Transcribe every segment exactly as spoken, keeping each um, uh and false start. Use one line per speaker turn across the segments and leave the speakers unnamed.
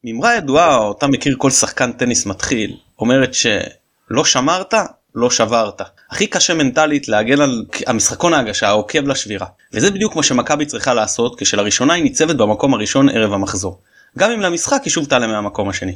ממרה ידועה, אותה מכיר כל שחקן טניס מתחיל, אומרת שלא שמרת, לא שברת. הכי קשה מנטלית להגן על המשחקון ההגשה, העוקב לשבירה. וזה בדיוק מה שמכבי צריכה לעשות, כשלראשונה היא ניצבת במקום הראשון ערב המחזור. גם אם למשחק היא שוב תעלה מהמקום השני.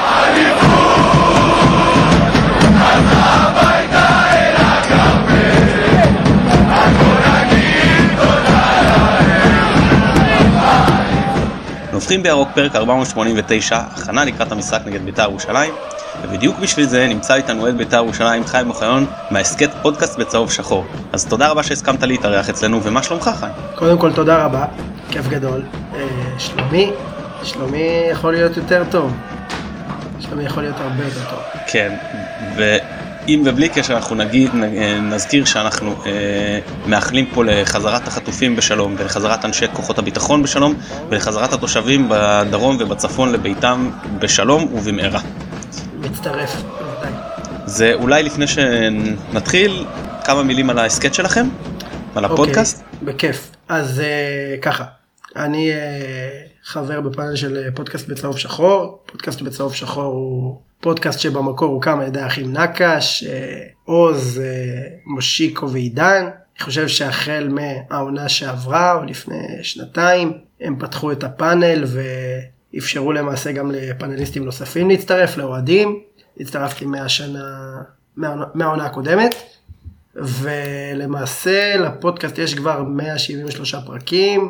נופחים בירוק פרק ארבע מאות שמונים ותשע, הכנה לקראת המשחק נגד בית"ר ירושלים, ובדיוק בשביל זה נמצא איתנו אוהד בית"ר ירושלים חיים אוחיון מההסכת פודקאסט בצהוב שחור. אז תודה רבה שהסכמת להתארח אצלנו, ומה שלומך חיים?
קודם כל תודה רבה, כיף גדול. אה, שלומי, שלומי יכול להיות יותר טוב. שלומי יכול להיות הרבה יותר טוב.
כן, ואם ובלי קשר אנחנו נגיד, נזכיר שאנחנו אה, מאחלים פה לחזרת החטופים בשלום, ולחזרת אנשי כוחות הביטחון בשלום, ולחזרת התושבים בדרום ובצפון לביתם בשלום ובמהרה.
מצטרף.
זה אולי לפני שנתחיל כמה מילים על ההסכת שלכם, על הפודקאסט.
אוקיי, בכיף. אז uh, ככה, אני uh, חבר בפאנל של פודקאסט בצהוב שחור. פודקאסט בצהוב שחור הוא פודקאסט שבמקור הוקם על ידי האחים נקש, uh, עוז, uh, מושיקו ועידן. אני חושב שהחל מהעונה שעברה או לפני שנתיים הם פתחו את הפאנל ואפשרו למעשה גם לפאנליסטים נוספים להצטרף, לאוהדים. הצטרפתי מהשנה, מהעונה הקודמת, ולמעשה לפודקאסט יש כבר מאה שבעים ושלושה פרקים.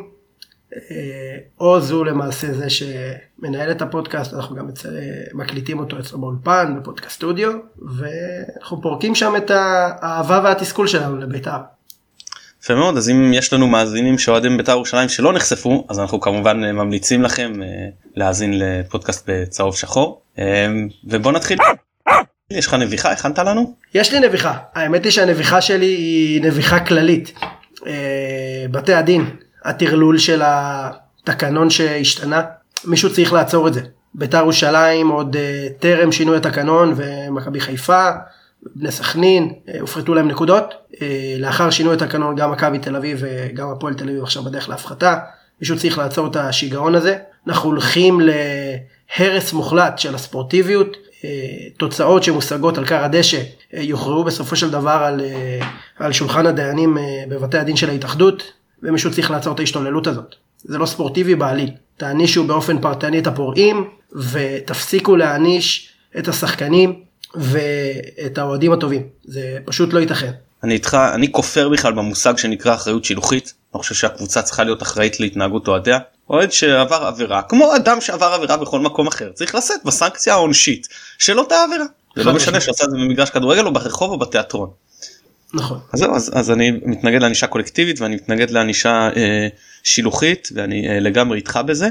עוז הוא למעשה זה שמנהל את הפודקאסט, אנחנו גם מקליטים אותו אצלו באולפן, בפודקאסט סטודיו, ואנחנו פורקים שם את האהבה והתסכול שלנו לבית"ר.
יפה מאוד, אז אם יש לנו מאזינים שאוהדים בית"ר ירושלים שלא נחשפו, אז אנחנו כמובן ממליצים לכם להאזין לפודקאסט בצהוב שחור, ובוא נתחיל. יש לך נביחה, הכנת לנו?
יש לי נביחה, האמת היא שהנביחה שלי היא נביחה כללית. בתי הדין, התרלול של התקנון שהשתנה, מישהו צריך לעצור את זה. בית"ר ירושלים עוד טרם שינו את התקנון, ומכבי חיפה, בני סכנין, הופרטו להם נקודות. לאחר שינו את התקנון גם מכבי תל אביב וגם הפועל תל אביב עכשיו בדרך להפחתה. מישהו צריך לעצור את השיגעון הזה. אנחנו הולכים להרס מוחלט של הספורטיביות. תוצאות שמושגות על קר הדשא יוכרעו בסופו של דבר על, על שולחן הדיינים בבתי הדין של ההתאחדות, ומישהו צריך לעצור את ההשתוללות הזאת. זה לא ספורטיבי בעליל. תענישו באופן פרטני את הפורעים, ותפסיקו להעניש את השחקנים ואת האוהדים הטובים. זה פשוט לא ייתכן.
אני איתך, אני כופר בכלל במושג שנקרא אחריות שילוחית. אני חושב שהקבוצה צריכה להיות אחראית להתנהגות אוהדיה. אוהד שעבר עבירה, כמו אדם שעבר עבירה בכל מקום אחר, צריך לשאת בסנקציה העונשית של אותה עבירה. זה לא משנה שעשה את זה במגרש כדורגל או ברחוב או בתיאטרון.
נכון.
אז זהו, אז, אז אני מתנגד לענישה קולקטיבית, ואני מתנגד לענישה אה, שילוחית, ואני אה, לגמרי איתך בזה.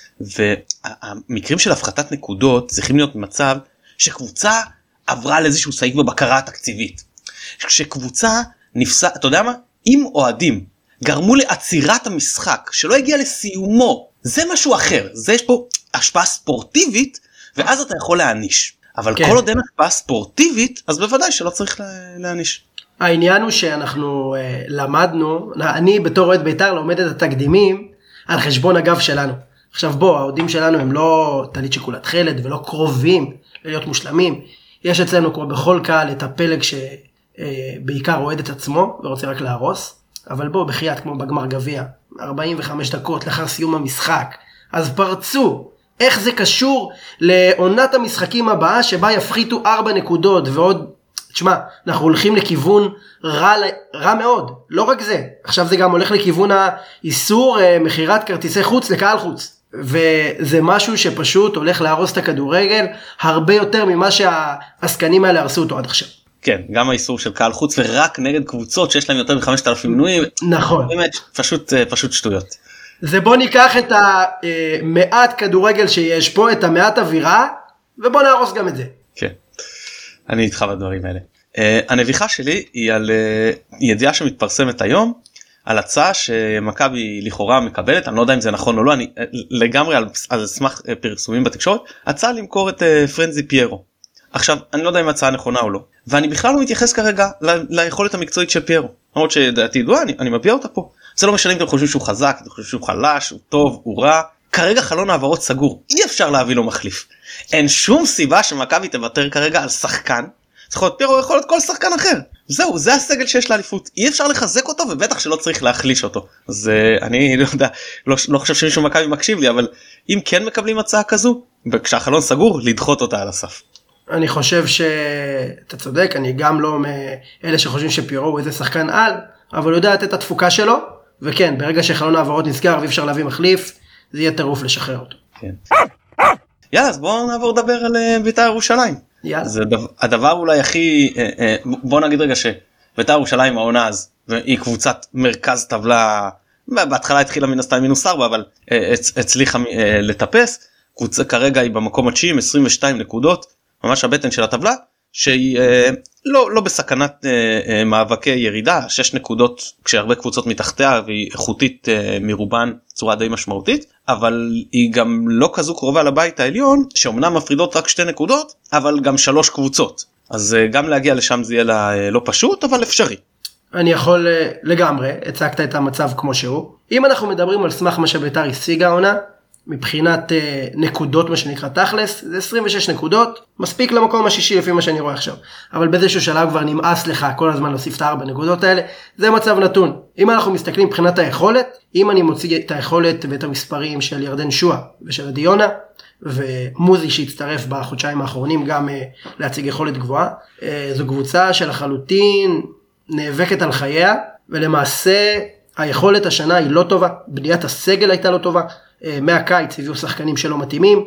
והמקרים של הפחתת נקודות צריכים להיות במצב שקבוצה עברה לאיזשהו סעיף בבקרה התקציבית. כשקבוצה נפסה, אתה יודע מה? אם אוהדים גרמו לעצירת המשחק, שלא הגיע לסיומו, זה משהו אחר. זה יש פה השפעה ספורטיבית, ואז אתה יכול להעניש. אבל כן. כל עוד אין השפעה ספורטיבית, אז בוודאי שלא צריך להעניש.
העניין הוא שאנחנו uh, למדנו, אני בתור אוהד בית"ר לומד את התקדימים על חשבון הגב שלנו. עכשיו בוא, האוהדים שלנו הם לא תלית שיקולת חלד ולא קרובים להיות מושלמים. יש אצלנו כמו בכל קהל את הפלג שבעיקר אוהד את עצמו ורוצה רק להרוס. אבל בוא, בחייאת כמו בגמר גביע, ארבעים וחמש דקות לאחר סיום המשחק, אז פרצו. איך זה קשור לעונת המשחקים הבאה שבה יפחיתו ארבע נקודות ועוד, תשמע, אנחנו הולכים לכיוון רע, רע מאוד, לא רק זה, עכשיו זה גם הולך לכיוון האיסור מחירת כרטיסי חוץ לקהל חוץ, וזה משהו שפשוט הולך להרוס את הכדורגל הרבה יותר ממה שהעסקנים האלה הרסו אותו עד עכשיו.
כן, גם האיסור של קהל חוץ ורק נגד קבוצות שיש להם יותר מ-חמשת אלפים מנויים.
נכון.
באמת, פשוט, פשוט שטויות.
זה בוא ניקח את המעט כדורגל שיש פה, את המעט אווירה, ובוא נהרוס גם את זה.
כן, אני איתך בדברים האלה. הנביחה שלי היא על ידיעה שמתפרסמת היום, על הצעה שמכבי לכאורה מקבלת, אני לא יודע אם זה נכון או לא, אני לגמרי על, על סמך פרסומים בתקשורת, הצעה למכור את פרנזי פיירו. עכשיו, אני לא יודע אם הצעה נכונה או לא, ואני בכלל לא מתייחס כרגע ל- ליכולת המקצועית של פיירו. למרות שדעתי ידועה, אני, אני מביע אותה פה. זה לא משנה אם אתם חושבים שהוא חזק, אתם חושבים שהוא חלש, הוא טוב, הוא רע, כרגע חלון העברות סגור, אי אפשר להביא לו מחליף. אין שום סיבה שמכבי תוותר כרגע על שחקן, צריך להיות פירו, יכול להיות כל שחקן אחר. זהו, זה הסגל שיש לאליפות, אי אפשר לחזק אותו ובטח שלא צריך להחליש אותו. אז uh, אני לא יודע, לא, לא חושב שמישהו מכבי מקשיב לי, אבל אם כן מקבלים הצעה כזו, וכשהחלון סגור, לדחות אותה על הסף.
אני חושב שאתה צודק, אני גם לא מאלה שחושבים שפירו הוא איזה שחקן על, אבל הוא יודע לתת את התפוקה שלו, וכן, ברגע שחלון העברות נסגר ואי אפשר להביא מחליף, זה יהיה טירוף לשחרר אותו.
כן. יאללה, אז בואו נעבור לדבר על בית"ר ירושלים.
יאללה.
זה הדבר אולי הכי, בוא נגיד רגע שבית"ר ירושלים העונה אז, והיא קבוצת מרכז טבלה, בהתחלה התחילה מן הסתם מינוס ארבע, אבל הצליחה לטפס, קבוצה כרגע היא במקום התשיעי עם עשרים ושתיים נקודות, ממש הבטן של הטבלה, שהיא לא, לא בסכנת מאבקי ירידה, שש נקודות כשהרבה קבוצות מתחתיה, והיא איכותית מרובן צורה די משמעותית, אבל היא גם לא כזו קרובה לבית העליון, שאומנם מפרידות רק שתי נקודות, אבל גם שלוש קבוצות. אז גם להגיע לשם זה יהיה לה לא פשוט, אבל אפשרי.
אני יכול לגמרי, הצגת את המצב כמו שהוא. אם אנחנו מדברים על סמך מה שבית"ר השיגה העונה, מבחינת אה, נקודות מה שנקרא תכלס, זה עשרים ושש נקודות, מספיק למקום השישי לפי מה שאני רואה עכשיו. אבל באיזשהו שלב כבר נמאס לך כל הזמן להוסיף את הארבע נקודות האלה, זה מצב נתון. אם אנחנו מסתכלים מבחינת היכולת, אם אני מוציא את היכולת ואת המספרים של ירדן שואה ושל הדיונה, ומוזי שהצטרף בחודשיים האחרונים גם אה, להציג יכולת גבוהה, אה, זו קבוצה שלחלוטין נאבקת על חייה, ולמעשה היכולת השנה היא לא טובה, בניית הסגל הייתה לא טובה, מהקיץ הביאו שחקנים שלא מתאימים,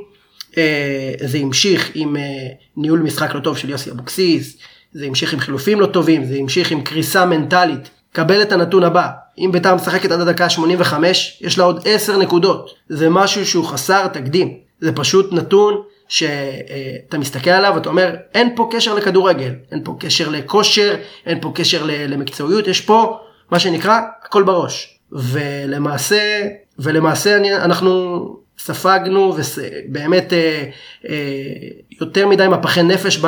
זה המשיך עם ניהול משחק לא טוב של יוסי אבוקסיס, זה המשיך עם חילופים לא טובים, זה המשיך עם קריסה מנטלית. קבל את הנתון הבא, אם בית"ר משחקת עד הדקה שמונים וחמש, יש לה עוד עשר נקודות, זה משהו שהוא חסר תקדים, זה פשוט נתון שאתה מסתכל עליו ואתה אומר, אין פה קשר לכדורגל, אין פה קשר לכושר, אין פה קשר למקצועיות, יש פה מה שנקרא הכל בראש, ולמעשה ולמעשה אני, אנחנו ספגנו ובאמת אה, אה, יותר מדי מפחי נפש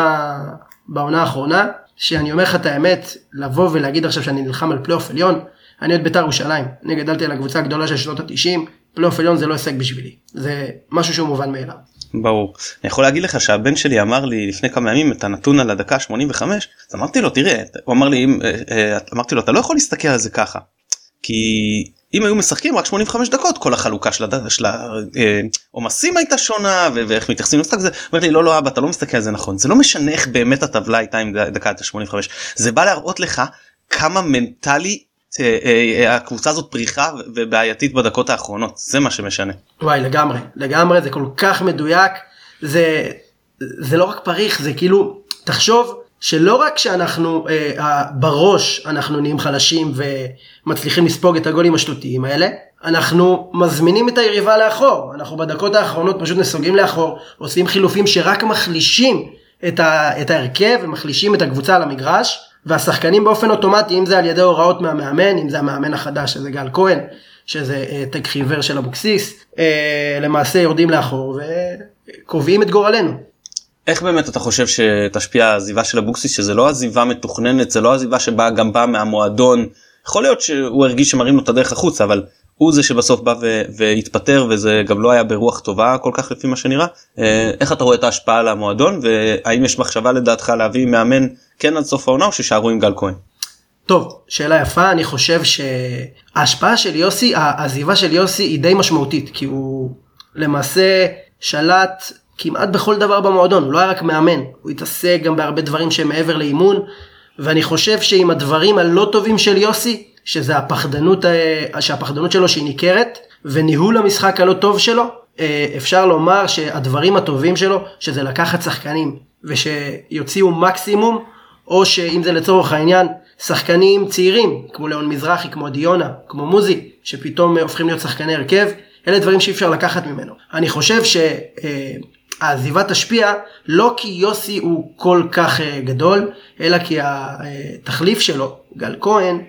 בעונה האחרונה, שאני אומר לך את האמת, לבוא ולהגיד עכשיו שאני נלחם על פלייאוף עליון, אני עוד בית"ר ירושלים, אני גדלתי על הקבוצה הגדולה של שנות התשעים, פלייאוף עליון זה לא הישג בשבילי, זה משהו שהוא מובן מאליו.
ברור, אני יכול להגיד לך שהבן שלי אמר לי לפני כמה ימים את הנתון על הדקה שמונים וחמש, אז אמרתי לו תראה, הוא אמר לי, אמרתי לו אתה לא יכול להסתכל על זה ככה, כי אם היו משחקים רק שמונים וחמש דקות, כל החלוקה של העומסים הייתה שונה, ואיך מתייחסים למשחק זה, אומר לי לא לא אבא אתה לא מסתכל על זה נכון, זה לא משנה איך באמת הטבלה הייתה עם דקה שמונים וחמש, זה בא להראות לך כמה מנטלי הקבוצה הזאת פריחה ובעייתית בדקות האחרונות, זה מה שמשנה.
וואי לגמרי, לגמרי, זה כל כך מדויק, זה, זה לא רק פריך, זה כאילו, תחשוב, שלא רק שאנחנו אה, בראש אנחנו נהיים חלשים ומצליחים לספוג את הגולים השטותיים האלה, אנחנו מזמינים את היריבה לאחור, אנחנו בדקות האחרונות פשוט נסוגים לאחור, עושים חילופים שרק מחלישים את, ה, את ההרכב ומחלישים את הקבוצה על המגרש, והשחקנים באופן אוטומטי, אם זה על ידי הוראות מהמאמן, אם זה המאמן החדש שזה גל כהן, שזה אה, טק חיוור של אבוקסיס, אה, למעשה יורדים לאחור וקובעים את גורלנו.
איך באמת אתה חושב שתשפיע העזיבה של אבוקסיס, שזה לא עזיבה מתוכננת, זה לא עזיבה שבאה גם באה מהמועדון, יכול להיות שהוא הרגיש שמרים לו את הדרך החוץ, אבל הוא זה שבסוף בא והתפטר, וזה גם לא היה ברוח טובה כל כך לפי מה שנראה. איך אתה רואה את ההשפעה על המועדון, והאם יש מחשבה לדעתך להביא מאמן כן עד סוף העונה, או ששארו עם גל כהן?
טוב, שאלה יפה, אני חושב שההשפעה של יוסי, העזיבה של יוסי היא די משמעותית, כי הוא למעשה שלט כמעט בכל דבר במועדון, הוא לא היה רק מאמן, הוא התעסק גם בהרבה דברים שהם מעבר לאימון, ואני חושב שעם הדברים הלא טובים של יוסי, שזה הפחדנות, שהפחדנות שלו שהיא ניכרת, וניהול המשחק הלא טוב שלו, אפשר לומר שהדברים הטובים שלו, שזה לקחת שחקנים, ושיוציאו מקסימום, או שאם זה לצורך העניין, שחקנים צעירים, כמו ליאון מזרחי, כמו דיונה, כמו מוזי, שפתאום הופכים להיות שחקני הרכב, אלה דברים שאי אפשר לקחת ממנו. אני חושב שהעזיבה תשפיע, לא כי יוסי הוא כל כך גדול, אלא כי התחליף שלו, גל כהן,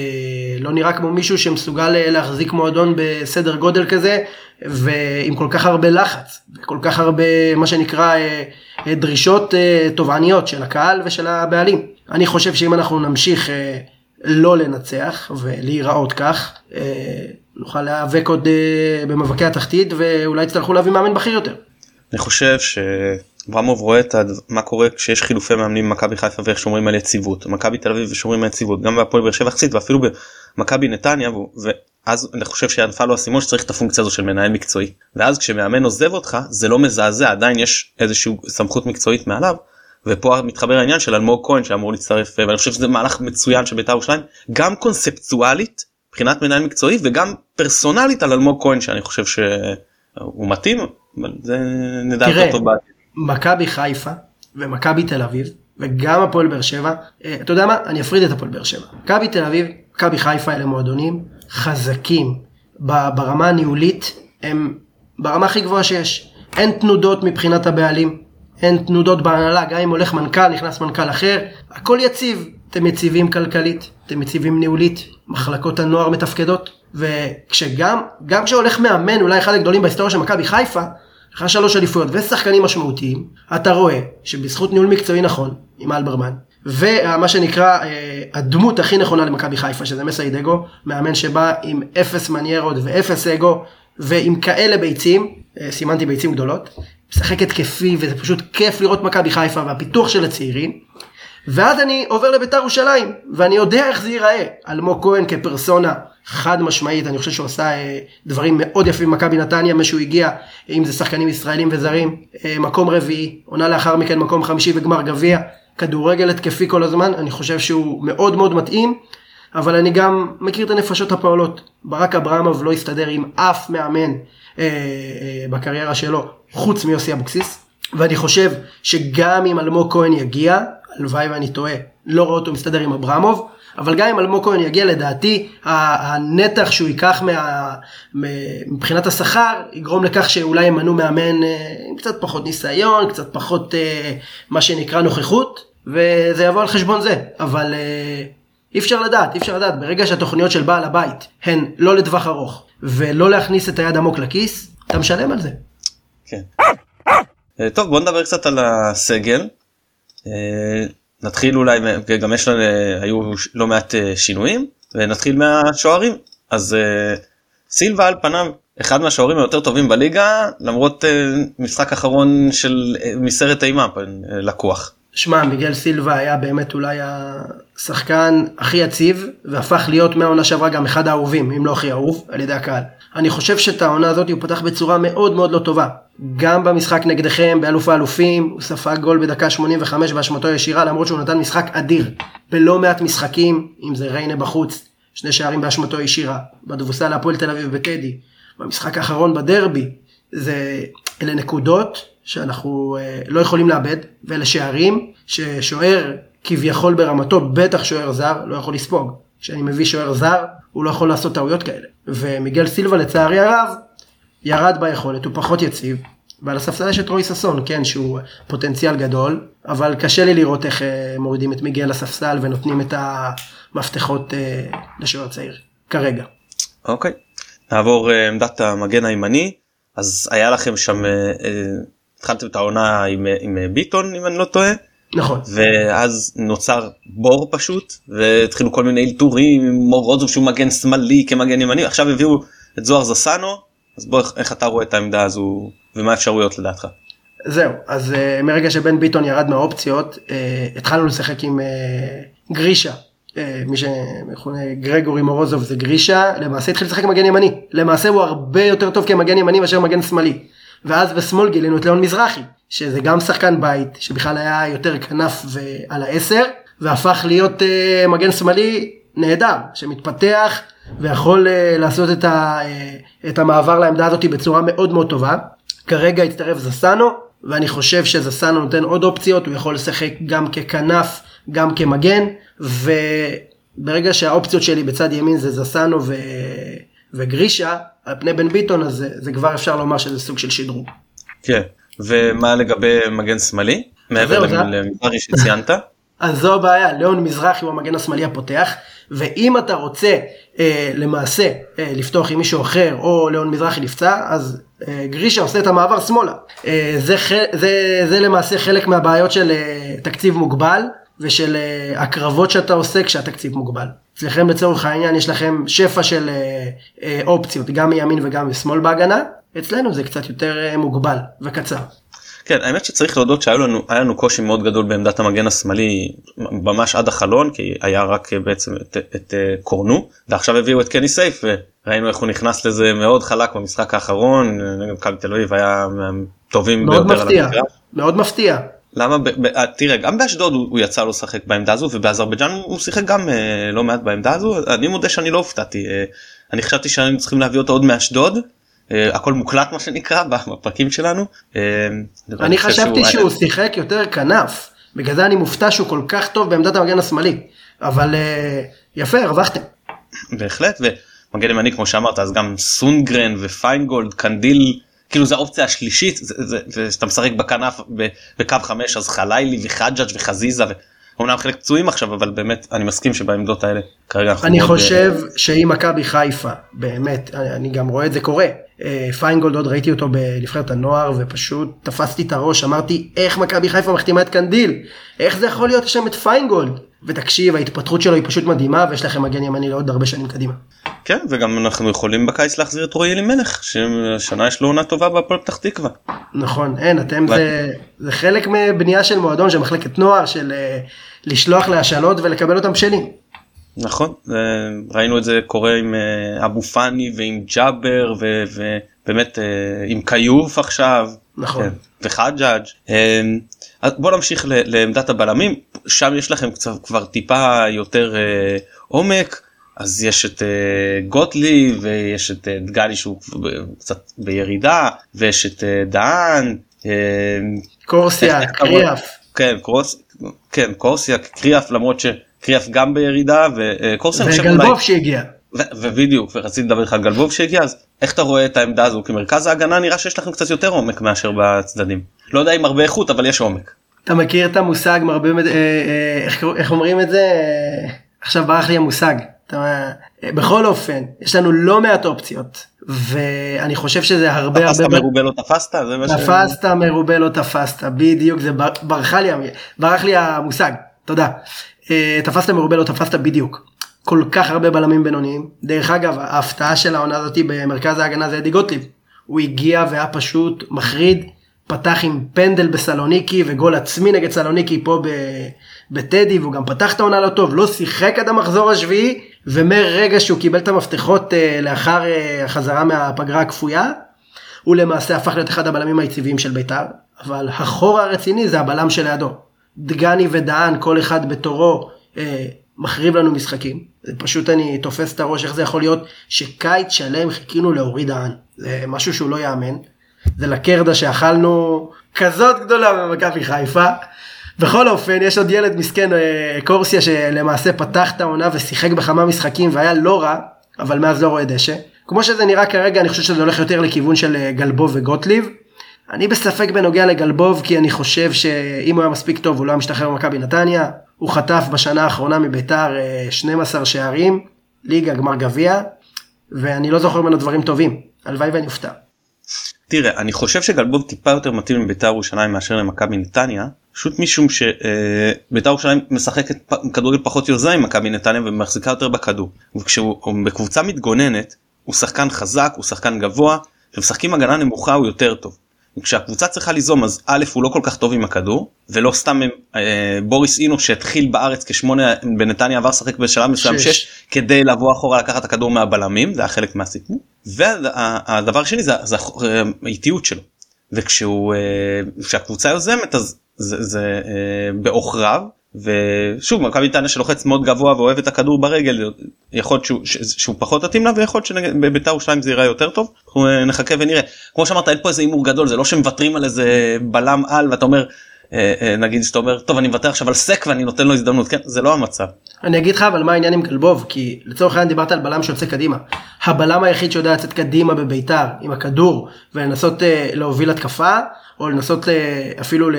לא נראה כמו מישהו שמסוגל להחזיק מועדון בסדר גודל כזה, ועם כל כך הרבה לחץ, וכל כך הרבה מה שנקרא דרישות תובעניות של הקהל ושל הבעלים. אני חושב שאם אנחנו נמשיך לא לנצח ולהיראות כך, נוכל להיאבק עוד במאבקי התחתית, ואולי יצטרכו להביא מאמן בכיר יותר.
אני חושב שאברמוב רואה את מה קורה כשיש חילופי מאמנים במכבי חיפה ואיך שומרים על יציבות, מכבי תל אביב ושומרים על יציבות, גם בהפועל באר שבע יחסית ואפילו במכבי נתניה, ואז אני חושב שנפל לו הסימון שצריך את הפונקציה הזו של מנהל מקצועי, ואז כשמאמן עוזב אותך זה לא מזעזע, עדיין יש איזושהי סמכות מקצועית מעליו, ופה מתחבר העניין של אלמוג כהן שאמור להצטרף, ואני חושב שזה מהלך מצוין של בית"ר ירושלים, גם קונספטואלית מבחינת מנהל מקצועי וגם פרסונלית על אלמוג כהן, שאני חושב שהוא מתאים, אבל זה נדע יותר טוב בעתיד.
מכבי חיפה ומכבי תל אביב וגם הפועל באר שבע, אתה יודע מה? אני אפריד את הפועל באר שבע. מכבי תל אביב, מכבי חיפה, אלה מועדונים חזקים ברמה הניהולית, הם ברמה הכי גבוהה שיש. אין תנודות מבחינת הבעלים, אין תנודות בהנהלה, גם אם הולך מנכ"ל, נכנס מנכ"ל אחר, הכל יציב. אתם יציבים כלכלית, אתם יציבים ניהולית, מחלקות הנוער מתפקדות, וכשגם, גם כשהולך מאמן, אולי אחד הגדולים בהיסטוריה של מכבי חיפה, אחרי שלוש אליפויות ושחקנים משמעותיים, אתה רואה שבזכות ניהול מקצועי נכון, עם אלברמן, ומה שנקרא הדמות הכי נכונה למכבי חיפה, שזה מסיידגו, מאמן שבא עם אפס מניירות ואפס אגו, ועם כאלה ביצים, סימנתי ביצים גדולות, משחק התקפי, וזה פשוט כיף לראות מכבי חיפה והפיתוח של הצעירים, ואז אני עובר לבית"ר ירושלים, ואני יודע איך זה ייראה. אלמוג כהן כפרסונה חד משמעית, אני חושב שהוא עשה דברים מאוד יפים במכבי נתניה, משהו הגיע, אם זה שחקנים ישראלים וזרים, מקום רביעי, עונה לאחר מכן מקום חמישי וגמר גביע, כדורגל התקפי כל הזמן, אני חושב שהוא מאוד מאוד מתאים, אבל אני גם מכיר את הנפשות הפועלות. ברק אברמוב לא הסתדר עם אף מאמן אה, אה, בקריירה שלו, חוץ מיוסי אבוקסיס, ואני חושב שגם אם אלמוג כהן יגיע, הלוואי ואני טועה, לא רואה אותו מסתדר עם אברמוב, אבל גם אם אלמוג כהן יגיע, לדעתי, הנתח שהוא ייקח מה, מבחינת השכר, יגרום לכך שאולי ימנו מאמן עם קצת פחות ניסיון, קצת פחות מה שנקרא נוכחות, וזה יבוא על חשבון זה, אבל אי אפשר לדעת, אי אפשר לדעת, ברגע שהתוכניות של בעל הבית הן לא לטווח ארוך, ולא להכניס את היד עמוק לכיס, אתה משלם על זה.
כן. טוב, בוא נדבר קצת על הסגל. נתחיל אולי, גם יש לנו, היו לא מעט שינויים, ונתחיל מהשוערים. אז סילבה על פניו, אחד מהשוערים היותר טובים בליגה, למרות משחק אחרון של מסרט אימה, לקוח.
שמע, מיגל סילבה היה באמת אולי השחקן הכי יציב, והפך להיות מהעונה שעברה גם אחד האהובים, אם לא הכי אהוב, על ידי הקהל. אני חושב שאת העונה הזאת הוא פתח בצורה מאוד מאוד לא טובה. גם במשחק נגדכם, באלוף האלופים, הוא ספג גול בדקה שמונים וחמש באשמתו ישירה, למרות שהוא נתן משחק אדיר. בלא מעט משחקים, אם זה ריינה בחוץ, שני שערים באשמתו ישירה, בדבוסה להפועל תל אביב בטדי, במשחק האחרון בדרבי, זה, אלה נקודות שאנחנו אה, לא יכולים לאבד, ואלה שערים ששוער כביכול ברמתו, בטח שוער זר, לא יכול לספוג. כשאני מביא שוער זר, הוא לא יכול לעשות טעויות כאלה. ומיגל סילבה לצערי הרב, ירד ביכולת, הוא פחות יציב, ועל הספסל יש את רוי ססון, כן, שהוא פוטנציאל גדול, אבל קשה לי לראות איך אה, מורידים את מיגל לספסל, ונותנים את המפתחות אה, לשוער צעיר, כרגע.
אוקיי, נעבור אה, עמדת המגן הימני, אז היה לכם שם, אה, אה, התחלתם את העונה עם, עם ביטון, אם אני לא טועה,
נכון.
ואז נוצר בור פשוט, והתחילו כל מיני אלתורים, מור רוזוב שהוא מגן שמאלי כמגן ימני, עכשיו הביאו את זוהר זסנו, אז בוא, איך אתה רואה את העמדה הזו, ומה האפשרויות לדעתך?
זהו, אז uh, מרגע שבן ביטון ירד מהאופציות, uh, התחלנו לשחק עם uh, גרישה, uh, מי שמכונה גרגורי מורוזוב זה גרישה, למעשה התחיל לשחק עם מגן ימני, למעשה הוא הרבה יותר טוב כמגן ימני מאשר מגן שמאלי, ואז בשמאל גילינו את ליאון מזרחי, שזה גם שחקן בית, שבכלל היה יותר כנף ועל העשר, והפך להיות uh, מגן שמאלי נהדר, שמתפתח, ויכול uh, לעשות את, ה, uh, את המעבר לעמדה הזאת בצורה מאוד מאוד טובה. כרגע הצטרף זסנו, ואני חושב שזסנו נותן עוד אופציות, הוא יכול לשחק גם ככנף, גם כמגן, וברגע שהאופציות שלי בצד ימין זה זסנו ו... וגרישה, על פני בן ביטון, אז זה, זה כבר אפשר לומר שזה סוג של שדרוג. כן,
ומה לגבי מגן שמאלי? מעבר למזרחי שציינת?
אז זו הבעיה, ליאון מזרחי הוא המגן השמאלי הפותח, ואם אתה רוצה אה, למעשה אה, לפתוח עם מישהו אחר, או ליאון מזרחי נפצע, אז אה, גרישה עושה את המעבר שמאלה. אה, זה, זה, זה למעשה חלק מהבעיות של אה, תקציב מוגבל, ושל אה, הקרבות שאתה עושה כשהתקציב מוגבל. אצלכם לצורך העניין יש לכם שפע של אה, אה, אופציות, גם מימין וגם משמאל בהגנה, אצלנו זה קצת יותר אה, מוגבל וקצר.
כן, האמת שצריך להודות שהיה לנו, היה לנו קושי מאוד גדול בעמדת המגן השמאלי, ממש עד החלון, כי היה רק בעצם את, את, את קורנו, ועכשיו הביאו את קני סייף, וראינו איך הוא נכנס לזה מאוד חלק במשחק האחרון, נגד מכבי תל אביב היה טובים
מאוד מפתיע, מאוד מפתיע.
למה, ב, ב, תראה, גם באשדוד הוא, הוא יצא לו לשחק בעמדה הזו, ובאזרבייג'אן הוא שיחק גם אה, לא מעט בעמדה הזו, אני מודה שאני לא הופתעתי, אה, אני חשבתי שהיינו צריכים להביא אותו עוד מאשדוד, Uh, הכל מוקלט מה שנקרא בפרקים שלנו. Uh,
אני חשבתי שהוא, שהוא שיחק יותר כנף, בגלל זה אני מופתע שהוא כל כך טוב בעמדת המגן השמאלי, אבל uh, יפה, הרווחתם. בהחלט,
ומגן ימני כמו שאמרת, אז גם סונגרן ופיינגולד, קנדיל, כאילו זה האופציה השלישית, ואתה משחק בכנף בקו חמש, אז חלילי וחג'אג' וחזיזה, אומנם חלק פצועים עכשיו, אבל באמת אני מסכים שבעמדות האלה כרגע אנחנו...
אני חושב שאם מכבי חיפה, באמת, אני גם רואה את זה קורה, פיינגולד עוד ראיתי אותו בנבחרת הנוער, ופשוט תפסתי את הראש, אמרתי, איך מכבי חיפה מחתימה את קנדיל? איך זה יכול להיות שם את פיינגולד? ותקשיב, ההתפתחות שלו היא פשוט מדהימה, ויש לכם מגן ימני לעוד הרבה שנים קדימה.
כן, וגם אנחנו יכולים בקיץ להחזיר את רועי אלימלך, ששנה יש לו עונה טובה בהפועל פתח תקווה.
נכון, אין, אתם זה, זה חלק מבנייה של מועדון, של מחלקת נוער, של לשלוח להשאלות ולקבל אותם שני.
נכון, ראינו את זה קורה עם אבו פאני ועם ג'אבר, ובאמת עם קיוף עכשיו.
נכון. כן,
וחג'אג'. בואו נמשיך לעמדת הבלמים, שם יש לכם כבר טיפה יותר עומק, אז יש את גוטליב, ויש את דגני שהוא קצת בירידה, ויש את דהן.
קורסיה, קריאף.
כן, קורס, כן, קורסיה, קריאף, למרות שקריאף גם בירידה, וקורסיה...
וגלבוב שהגיע.
ובדיוק, ורציתי לדבר לך על גלבוב שהגיע, אז איך אתה רואה את העמדה הזו? כמרכז ההגנה נראה שיש לכם קצת יותר עומק מאשר בצדדים. לא יודע אם הרבה איכות, אבל יש עומק.
אתה מכיר את המושג, מרבה, איך אומרים את זה? עכשיו ברח לי המושג. בכל אופן, יש לנו לא מעט אופציות, ואני חושב שזה הרבה הרבה...
תפסת מרובה לא תפסת?
תפסת מרובה לא תפסת, בדיוק, זה ברח לי המושג, תודה. תפסת מרובה לא תפסת בדיוק. כל כך הרבה בלמים בינוניים. דרך אגב, ההפתעה של העונה הזאת במרכז ההגנה זה אדי גוטליב. הוא הגיע והיה פשוט מחריד, פתח עם פנדל בסלוניקי וגול עצמי נגד סלוניקי פה בטדי, והוא גם פתח את העונה לא טוב, לא שיחק עד המחזור השביעי, ומרגע שהוא קיבל את המפתחות לאחר החזרה מהפגרה הכפויה, הוא למעשה הפך להיות אחד הבלמים היציביים של בית"ר, אבל החור הרציני זה הבלם שלידו. דגני ודהן, כל אחד בתורו, מחריב לנו משחקים. זה פשוט אני תופס את הראש, איך זה יכול להיות שקיץ שלם חיכינו להוריד דהן. זה משהו שהוא לא יאמן. זה לקרדה שאכלנו כזאת גדולה במכבי חיפה. בכל אופן, יש עוד ילד מסכן, קורסיה, שלמעשה פתח את העונה ושיחק בכמה משחקים והיה לא רע, אבל מאז לא רואה דשא. כמו שזה נראה כרגע, אני חושב שזה הולך יותר לכיוון של גלבוב וגוטליב. אני בספק בנוגע לגלבוב, כי אני חושב שאם הוא היה מספיק טוב, הוא לא היה משתחרר במכבי נתניה. הוא חטף בשנה האחרונה מביתר שנים עשר שערים, ליגה, גמר גביע, ואני לא זוכר ממנו דברים טובים. הלוואי ואני אופתע.
תראה, אני חושב שגלבוב טיפה יותר מתאים לביתר ירושלים מאשר למכבי נתניה, פשוט משום שביתר ירושלים משחקת כדורגל פחות יוזם עם מכבי נתניה ומחזיקה יותר בכדור. וכשהוא בקבוצה מתגוננת, הוא שחקן חזק, הוא שחקן גבוה, ומשחקים הגנה נמוכה הוא יותר טוב. וכשהקבוצה צריכה ליזום, אז א' הוא לא כל כך טוב עם הכדור, ולא סתם אה, בוריס אינו שהתחיל בארץ כשמונה, בנתניה עבר שחק בשלב מסוים שש, כדי לבוא אחורה לקחת את הכדור מהבלמים, זה היה חלק מהסיפור. והדבר השני זה, זה האיטיות שלו. וכשהוא, אה, כשהקבוצה יוזמת, אז זה, זה אה, באוכריו, ושוב, מכבי נתניה שלוחץ מאוד גבוה ואוהב את הכדור ברגל, יכול להיות שהוא, שהוא פחות מתאים לה, ויכול להיות שבביתר ירושלים זה ייראה יותר טוב, אנחנו נחכה ונראה. כמו שאמרת, אין פה איזה אימור גדול, זה לא שמוותרים על איזה בלם על, ואתה אומר, נגיד שאתה אומר, טוב, אני מוותר עכשיו על סק ואני נותן לו הזדמנות, כן, זה לא המצב.
אני אגיד לך, אבל מה העניין עם גלבוב? כי לצורך העניין דיברת על בלם שיוצא קדימה. הבלם היחיד שיודע לצאת קדימה בביתר, עם הכדור, ולנסות להוביל התקפה, או לנסות אפילו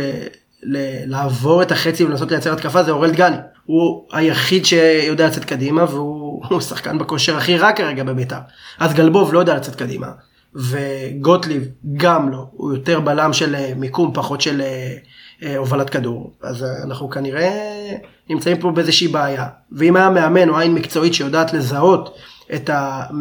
לעבור את החצי ולנסות לייצר התקפה, זה אורל דגני. הוא היחיד שיודע לצאת קדימה, והוא שחקן בכושר הכי רע כרגע בביתר. אז גלבוב לא יודע לצאת קדימה, וגוטליב גם לא. הוא יותר בלם של מיקום, פחות של הובלת כדור. אז אנחנו כנראה נמצאים פה באיזושהי בעיה. ואם היה מאמן או עין מקצועית שיודעת לזהות את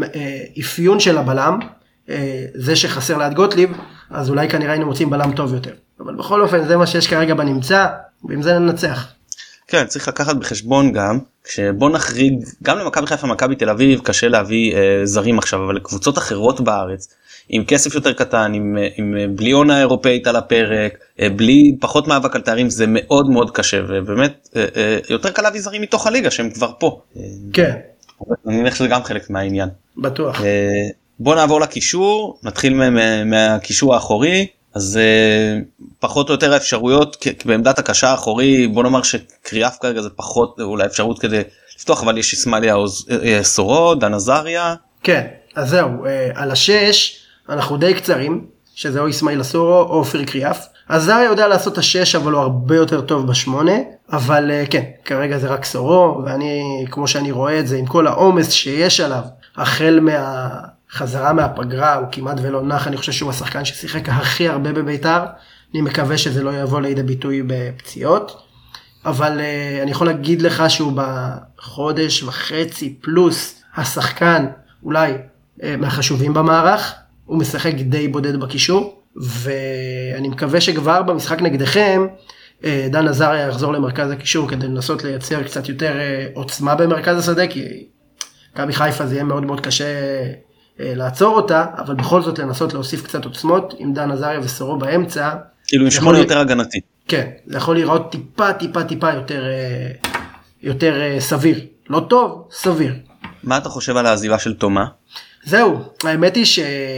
האפיון של הבלם, זה שחסר ליד גוטליב, אז אולי כנראה היינו מוצאים בלם טוב יותר. אבל בכל אופן זה מה שיש כרגע בנמצא, ועם זה ננצח.
כן, צריך לקחת בחשבון גם, כשבוא נחריג, גם למכבי חיפה, מכבי תל אביב, קשה להביא אה, זרים עכשיו, אבל לקבוצות אחרות בארץ, עם כסף יותר קטן, עם, עם בלי עונה אירופאית על הפרק, אה, בלי פחות מאבק על תארים, זה מאוד מאוד קשה, ובאמת אה, אה, יותר קל להביא זרים מתוך הליגה, שהם כבר פה.
כן.
אני מניח שזה גם חלק מהעניין.
בטוח.
אה, בוא נעבור לקישור, נתחיל מהקישור האחורי, אז פחות או יותר האפשרויות, בעמדת הקשה האחורי, בוא נאמר שקריאף כרגע זה פחות אולי אפשרות כדי לפתוח, אבל יש איסמאעיליה סורו, דן עזריה.
כן, אז זהו, על השש אנחנו די קצרים, שזה או איסמאעיל סורו או אופיר קריאף. עזריה יודע לעשות את השש, אבל הוא הרבה יותר טוב בשמונה, אבל כן, כרגע זה רק סורו, ואני, כמו שאני רואה את זה, עם כל העומס שיש עליו, החל מה... חזרה מהפגרה, הוא כמעט ולא נח, אני חושב שהוא השחקן ששיחק הכי הרבה בביתר, אני מקווה שזה לא יבוא לידי ביטוי בפציעות, אבל uh, אני יכול להגיד לך שהוא בחודש וחצי פלוס השחקן אולי uh, מהחשובים במערך, הוא משחק די בודד בקישור, ואני מקווה שכבר במשחק נגדכם, uh, דן עזריה יחזור למרכז הקישור, כדי לנסות לייצר קצת יותר uh, עוצמה במרכז השדה, כי מכבי חיפה זה יהיה מאוד מאוד קשה לעצור אותה, אבל בכל זאת לנסות להוסיף קצת עוצמות, עם דן עזריה וסורו באמצע.
כאילו עם שמונה יותר הגנתי.
כן, זה יכול לראות טיפה, טיפה, טיפה יותר, יותר סביר. לא טוב, סביר.
מה אתה חושב על העזיבה של תומה?
זהו, האמת היא